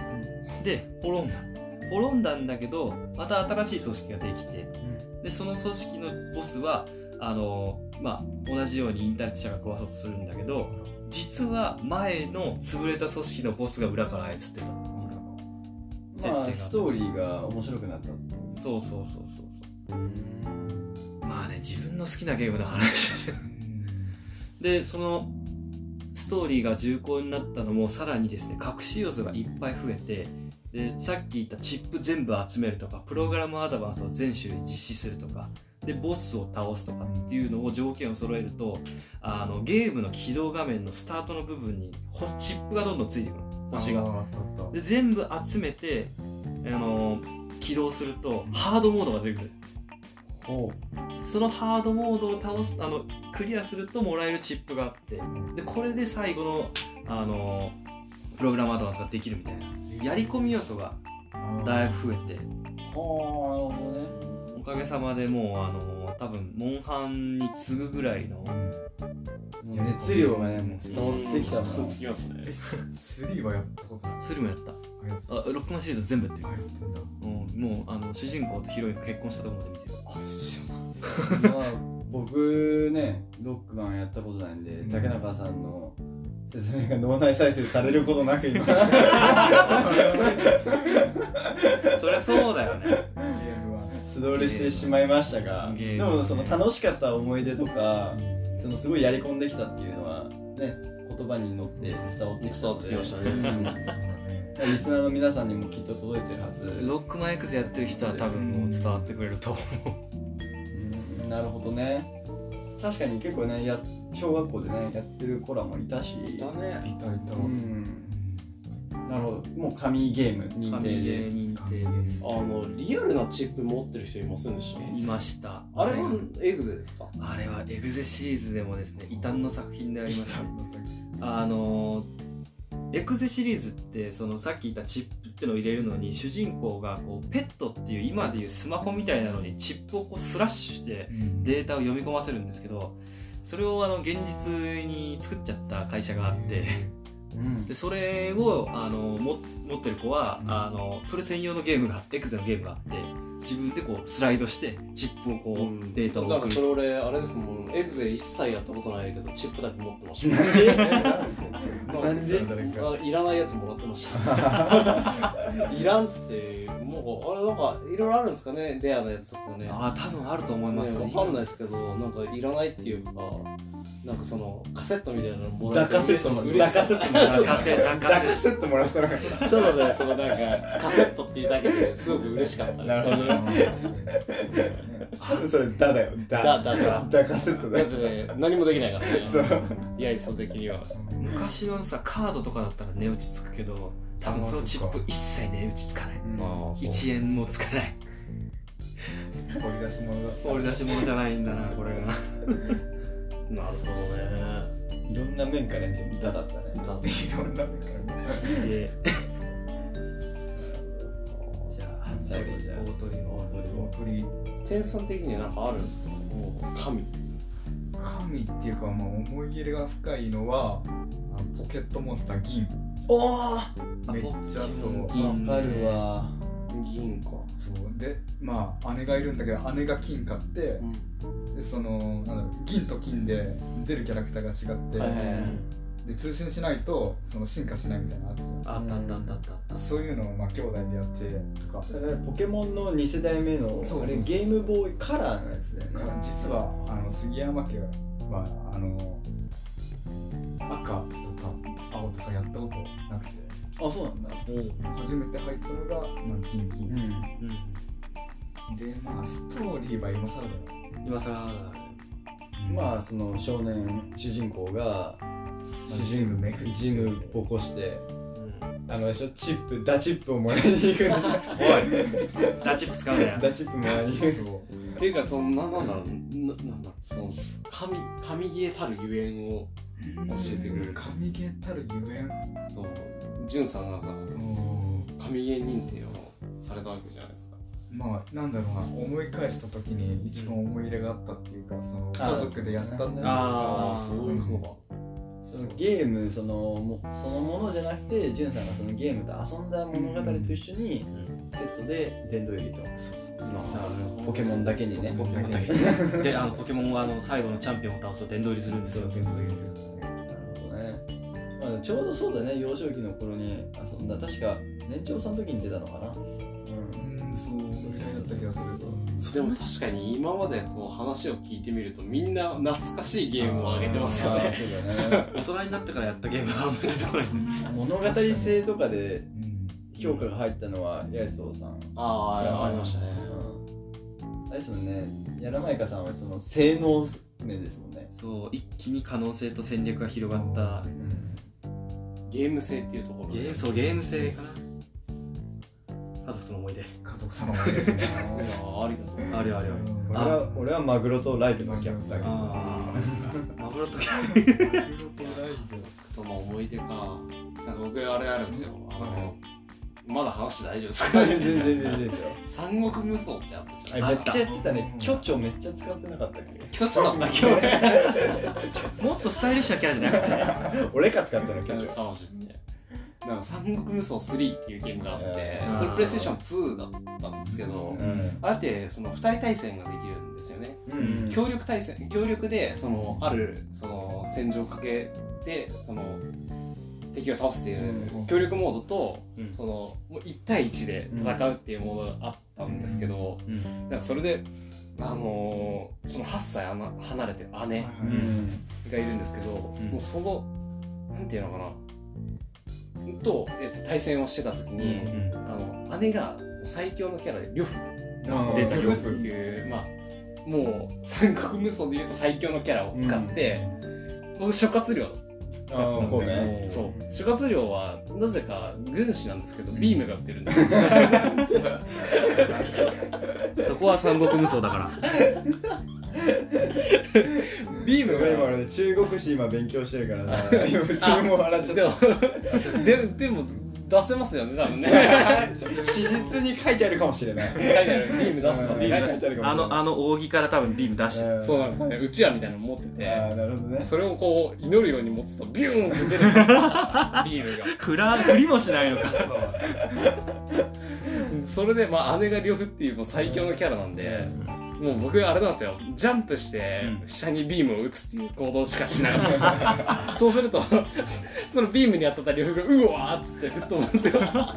[SPEAKER 3] 滅んだんだけどまた新しい組織ができて、でその組織のボスは同じようにインターネット社会を壊そうとするんだけど、実は前の潰れた組織のボスが裏から操ってた。
[SPEAKER 1] ストーリーが面白くなった。
[SPEAKER 3] そう。まあね、自分の好きなゲームの話でそのストーリーが重厚になったのもさらにですね、隠し要素がいっぱい増えて、でさっき言ったチップ全部集めるとか、プログラムアドバンスを全種類実施するとかでボスを倒すとかっていうのを条件を揃えると、ゲームの起動画面のスタートの部分にチップがどんどんついてくる。星がで全部集めて起動するとハードモードが出てくる。そのハードモードをクリアするともらえるチップがあって、でこれで最後のプログラムアドバンスができるみたいなやり込み要素がだいぶ増えて、おかげさまでもう多分モンハンに次ぐぐらいの
[SPEAKER 1] 熱量がねもう伝わってきたもん。
[SPEAKER 2] きますね。
[SPEAKER 4] 3はやったことない。
[SPEAKER 3] 3もやった。ロックマンシリーズ全部やってる。もう主人公とヒロインが結婚したところまで見てる。
[SPEAKER 1] 僕ねロックマンやったことないんで、竹中さんの説明が脳内再生されることなく今
[SPEAKER 3] そりゃそうだよね。
[SPEAKER 1] 素通りしてしまいましたが、でもその楽しかった思い出とか、そのすごいやり込んできたっていうのはね言葉に乗って伝わってきたので、
[SPEAKER 2] 伝わってきましたね。
[SPEAKER 1] リスナーの皆さんにもきっと届いてるはず。
[SPEAKER 3] ロックマン X やってる人は多分もう伝わってくれると思
[SPEAKER 1] う。なるほどね。確かに結構ね小学校でねやってる子らもいたし。
[SPEAKER 2] いたね。
[SPEAKER 4] いた。
[SPEAKER 1] なるほど。もう神ゲーム認定で。
[SPEAKER 3] 認定です。
[SPEAKER 2] リアルなチップ持ってる人いませんでした？
[SPEAKER 3] いました。
[SPEAKER 2] あれはエグゼですか？
[SPEAKER 3] あれはエグゼシリーズでもですね異端の作品でありますね。エグゼシリーズってそのさっき言ったチップってのを入れるのに主人公がこうペットっていう今でいうスマホみたいなのにチップをこうスラッシュしてデータを読み込ませるんですけど、それを現実に作っちゃった会社があって、でそれを持ってる子はそれ専用のゲームがエグゼのゲームがあって、自分でこうスライドしてチップをこう、データを送る。
[SPEAKER 2] だからそれ俺あれですもん、エグゼ一切やったことないけどチップだけ持ってました。
[SPEAKER 1] なんで
[SPEAKER 2] いらないやつもらってました。いらんっつってもうあれなんかいろいろあるんですかね、レアなやつとかね。
[SPEAKER 3] 多分あると思います
[SPEAKER 2] ね。わかんないですけどなんかいらないっていうか。なんかそのカセットみたいなのも
[SPEAKER 1] らってダカセットもらったのか
[SPEAKER 2] ただね、そのなんかカセットっていうだけですごく嬉しかったです。
[SPEAKER 1] それダだよ。ダカセットだよ。
[SPEAKER 2] だってね何もできないからね。いやいそ的には
[SPEAKER 3] 昔のさカードとかだったら値打ちつくけど、多分そのチップ一切値打ちつかない。1円もつかない。
[SPEAKER 4] 掘り出し物だ。
[SPEAKER 3] 掘り出し物じゃないんだなこれが。
[SPEAKER 2] なるほどね。
[SPEAKER 1] いろんな面から見てもダだったね。
[SPEAKER 4] いろんな面から見て。
[SPEAKER 3] じゃあ最後じゃあ
[SPEAKER 4] 大鳥。
[SPEAKER 2] 天さん的には何かあるんですか？もう
[SPEAKER 4] 神っていうか思い入れが深いのはポケットモンスター銀。めっちゃそう
[SPEAKER 1] 分かるわ。
[SPEAKER 2] 銀か。
[SPEAKER 4] そうで姉がいるんだけど、姉が金買って、でその銀と金で出るキャラクターが違って、 で通信しないとその進化しないみたいなのあったじゃん。
[SPEAKER 3] あった
[SPEAKER 4] そういうのをまあ兄弟でやってとか。
[SPEAKER 1] ポケモンの2世代目のあれゲームボーイカラーのやつだよね。
[SPEAKER 4] 実は杉山家は赤とか青とかやったことなくて。
[SPEAKER 1] あ、そうなんだ。
[SPEAKER 4] 初めて入ったのが、まあ、キンキン、でまあストーリーは今更だよ。
[SPEAKER 3] 今更だね。
[SPEAKER 1] まあその少年主人公がジム起こして、ダチップをもらいに行くんだ。
[SPEAKER 3] おい、ダチップ使うね。
[SPEAKER 1] ダチップもらいに行く。
[SPEAKER 2] っていうかそのなんだろう、その神ゲーたるゆえんを教えてくれる。
[SPEAKER 4] 神ゲーたるゆえん。
[SPEAKER 2] そう、ジュンさんが神ゲー認定をされたわけじゃないですか。
[SPEAKER 4] まあなんだろうな、思い返した時に一番思い入れがあったっていうか、その家族でやったっていうか、
[SPEAKER 2] そういうのが
[SPEAKER 1] そのゲームそのものじゃなくて、ジュンさんがそのゲームと遊んだ物語と一緒にセットで殿堂入りと。ポケモンだけにね。
[SPEAKER 3] ポケモンだけに。で、ポケモンは最後のチャンピオンを倒すと殿堂入りするんですよ。
[SPEAKER 1] なるほどね。まあちょうどそうだね、幼少期の頃に遊んだ。確か年長さんの時に出たのかな。
[SPEAKER 4] そうぐらいだった気がする。
[SPEAKER 2] それも確かに今までこう話を聞いてみるとみんな懐かしいゲームをあげてますよね。
[SPEAKER 1] そうだね。
[SPEAKER 3] 大人になってからやったゲームはあんまり出てこない。
[SPEAKER 1] 物語性とかで評価が入ったのは八重荘さん。
[SPEAKER 2] ありましたね。
[SPEAKER 1] あれですもんね。やらまいかさんはその性能面ですもんね。
[SPEAKER 3] そう、一気に可能性と戦略が広がった。
[SPEAKER 2] ゲーム性っていうところ。
[SPEAKER 3] ゲーム性かな。家族との思い出。
[SPEAKER 4] 家族との思い出ですね。
[SPEAKER 2] ありだと思う。
[SPEAKER 3] ある。
[SPEAKER 1] 俺はマグロとライブのキャンプだけど。
[SPEAKER 3] マグロと
[SPEAKER 2] ライブとの思い出か。なんか僕あれあるんですよ。まだ話大丈夫ですか？
[SPEAKER 1] 全然ですよ。
[SPEAKER 2] 三国無双ってあったじゃん。
[SPEAKER 1] めっちゃやってたね。巨長めっちゃ使ってなかったっけ？
[SPEAKER 2] 巨長だったっけ？
[SPEAKER 3] もっとスタイリッシュなキャラじゃなくて。
[SPEAKER 1] 俺が使ったの巨長。
[SPEAKER 2] かもしれない。なんか三国無双3っていうゲームがあって、それプレイステーション2だったんですけど、あれってその2人対戦ができるんですよね。協力でそのあるその戦場かけでその敵を倒すっていう協力モードと、そのもう1対1で戦うっていうモードがあったんですけど、なんかそれでその8歳離れてる姉がいるんですけど、もうそのなんていうのかなと、対戦をしてた時に、姉が最強のキャラで呂布出た呂布っていう、まあもう三国無双でいうと最強のキャラを使って、僕諸葛亮使ってたんですよ。そう、諸葛亮はなぜか軍師なんですけど、ビームが打ってるんですよ。
[SPEAKER 3] そこは三国無双だから。
[SPEAKER 2] ビームが
[SPEAKER 1] 今俺中国史今勉強してるからな。普通も笑っちゃった。
[SPEAKER 2] でも出せますよね、多分ね。
[SPEAKER 1] 史実に書いてあるかもしれない。
[SPEAKER 2] 書いてある。ビーム出すの
[SPEAKER 1] ビーム出してあるかもしれない。
[SPEAKER 3] 扇から多分ビーム出してる。
[SPEAKER 2] そうなんだね。うちわみたいなの持ってて、
[SPEAKER 1] なるほどね。
[SPEAKER 2] それをこう祈るように持つとビューンって出る。ビームが。
[SPEAKER 3] 振りもしないのか。
[SPEAKER 2] それでまあ姉が呂布っていうもう最強のキャラなんで。もう僕あれなんですよ、ジャンプして下にビームを打つっていう行動しかしなかったんですよ。そうするとそのビームに当たった呂布がうわーっつって吹っ飛ぶんですよ。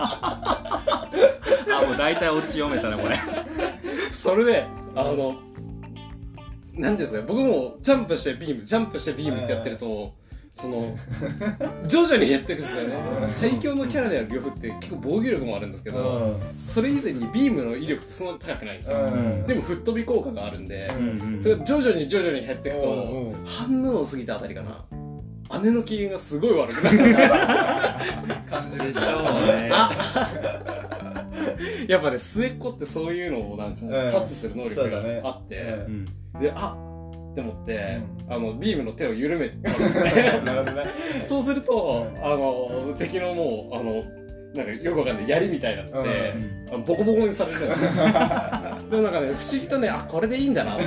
[SPEAKER 3] もう大体オチ読めたねこれ。
[SPEAKER 2] それでなんですか、僕もジャンプしてビームってやってるとその徐々に減っていくんですよね。最強のキャラである呂布って結構防御力もあるんですけど、それ以前にビームの威力ってそんなに高くないんですよ。でも吹っ飛び効果があるんで、それが徐々に減っていくと、半分を過ぎたあたりかな、姉の機嫌がすごい悪くなるんですよ。
[SPEAKER 4] 感じでしょ
[SPEAKER 3] うね。
[SPEAKER 2] やっぱね、末っ子ってそういうのをなんか察知する能力があって、でって思って、ビームの手を緩めたんですね。
[SPEAKER 1] なるほどね。
[SPEAKER 2] そうすると敵のもうなんかよくわかんない槍みたいになって、ボコボコにされてるんですよ。でもなんかね、不思議とね、これでいいんだなって。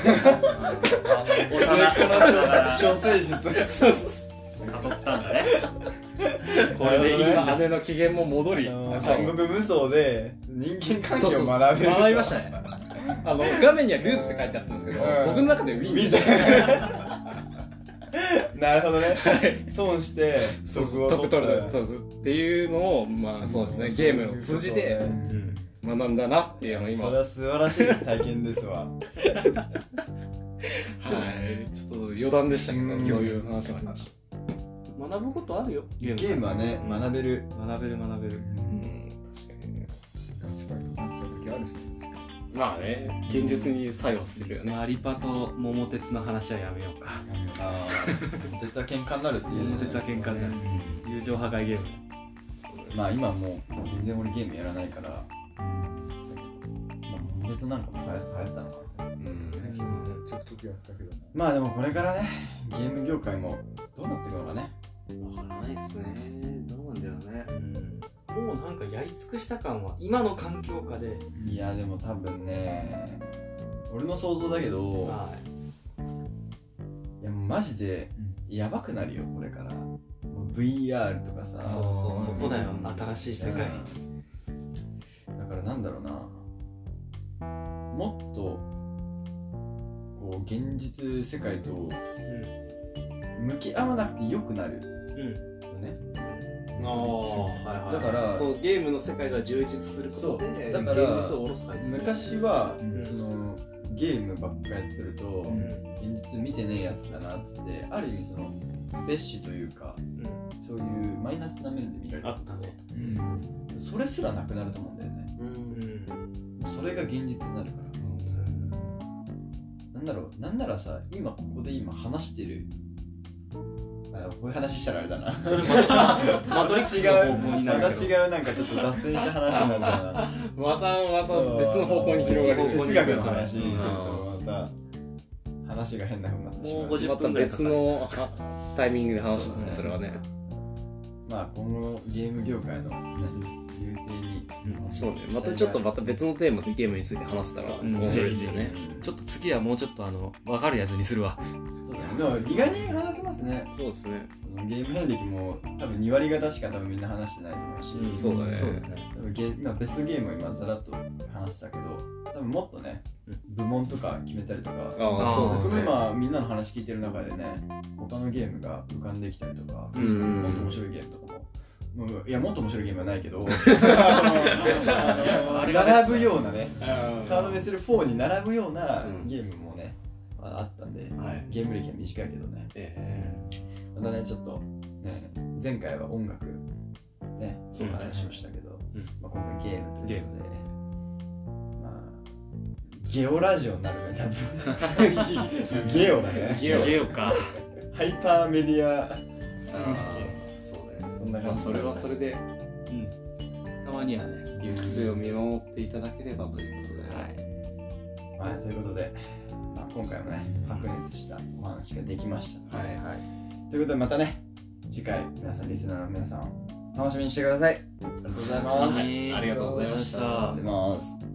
[SPEAKER 1] 処世術。
[SPEAKER 2] そう
[SPEAKER 3] 悟ったんだね。これでいいんだ。
[SPEAKER 2] 姉の機嫌も戻り、
[SPEAKER 1] 三国無双で人間関係を学べる。
[SPEAKER 2] 学びましたね。画面にはルーズって書いてあったんですけど、僕の中でウィンで
[SPEAKER 1] なるほどね。損して
[SPEAKER 3] 得取るっていうのをまあそうですね、ゲームを通じて学んだなっていうのを今。
[SPEAKER 1] それは素晴らしい体験ですわ。はい 、
[SPEAKER 3] ちょっと余談でしたけど、そういう話もありました。学ぶことあるよ。
[SPEAKER 1] ゲームはね、学べる。
[SPEAKER 3] 学べる。
[SPEAKER 2] 確かにね。
[SPEAKER 4] ガチパイとなっちゃう時あるし。
[SPEAKER 2] まあね、現実に作用するよね。
[SPEAKER 3] マリパと桃鉄の話はやめようか。
[SPEAKER 1] ああ、桃鉄は喧嘩になるっていう。
[SPEAKER 3] 桃鉄は喧嘩になる。友情破壊ゲーム。
[SPEAKER 1] まあ今もう全然俺ゲームやらないから。桃鉄なんかも流行ったのかな。
[SPEAKER 4] ちょくちょくやってたけどね。
[SPEAKER 1] まあでもこれからね、ゲーム業界もどうなっていくのかね。
[SPEAKER 2] わからないですね。どうなんだよね。
[SPEAKER 3] もうなんかやり尽くした感は今の環境下で。
[SPEAKER 1] いやでも多分ね、俺の想像だけど、いやもうマジでやばくなるよこれから。もう VR とかさ。
[SPEAKER 3] そうそこだよ、新しい世界。
[SPEAKER 1] だからなんだろうな、もっとこう現実世界と向き合わなくてよくなるよね。
[SPEAKER 2] だからそうゲームの世界が充実することで
[SPEAKER 1] だから
[SPEAKER 2] 現実を下ろす感じですね。
[SPEAKER 1] 昔はそのゲームばっかやってると現実見てねえやつだなっつってある意味その蔑視というかそういうマイナスな面で見られることでそれすらなくなると思うんだよね。それが現実になるからなんならさ今ここで今話してるこういう話したらあれだな。それまた違うなんかちょっと脱線した話になっちゃうな。
[SPEAKER 2] また別の方向に広がる。
[SPEAKER 1] 哲学の話するとまた話が変な風になってしまう。
[SPEAKER 3] もう50分ぐらい
[SPEAKER 2] 別のタイミングで話しますね。それはね。
[SPEAKER 1] まあ今後ゲーム業界の優勢に
[SPEAKER 2] そうね。またちょっと別のテーマでゲームについて話せたら面白いですよね。
[SPEAKER 3] ちょっと次はもうちょっと分かるやつにするわ。
[SPEAKER 1] そうだね。でも意外に話せますね。
[SPEAKER 2] そうですね。
[SPEAKER 1] そのゲーム遍歴も多分2割方しか多分みんな話してないと思うし。
[SPEAKER 2] そうだね。
[SPEAKER 1] 多分今ベストゲームを今ざらっと話したけど、多分もっとね部門とか決めたりとか。
[SPEAKER 2] そうですね。
[SPEAKER 1] 今みんなの話聞いてる中でね、他のゲームが浮かんできたりとか、もっと面白いゲームとかも。いやもっと面白いゲームはないけど並ぶようなねカードベース4に並ぶようなゲームもねあったんで、ゲーム歴は短いけどね、またねちょっとね前回は音楽ねそういう話をしたけど、今回ゲームということでまあゲオラジオになるね多分ゲオだね
[SPEAKER 3] ゲオか
[SPEAKER 1] ハイパーメディア
[SPEAKER 2] まあそれはそれで、
[SPEAKER 3] たまにはね、
[SPEAKER 2] 行く末を見守っていただければということで、
[SPEAKER 1] はい、ということで、まあ、今回もね、白熱したお話ができました。ということで、またね、次回、皆さん、リスナーの皆さん、楽しみにしてください。ありがとうございます。
[SPEAKER 3] ありがとうございました。
[SPEAKER 1] ありがとうございます。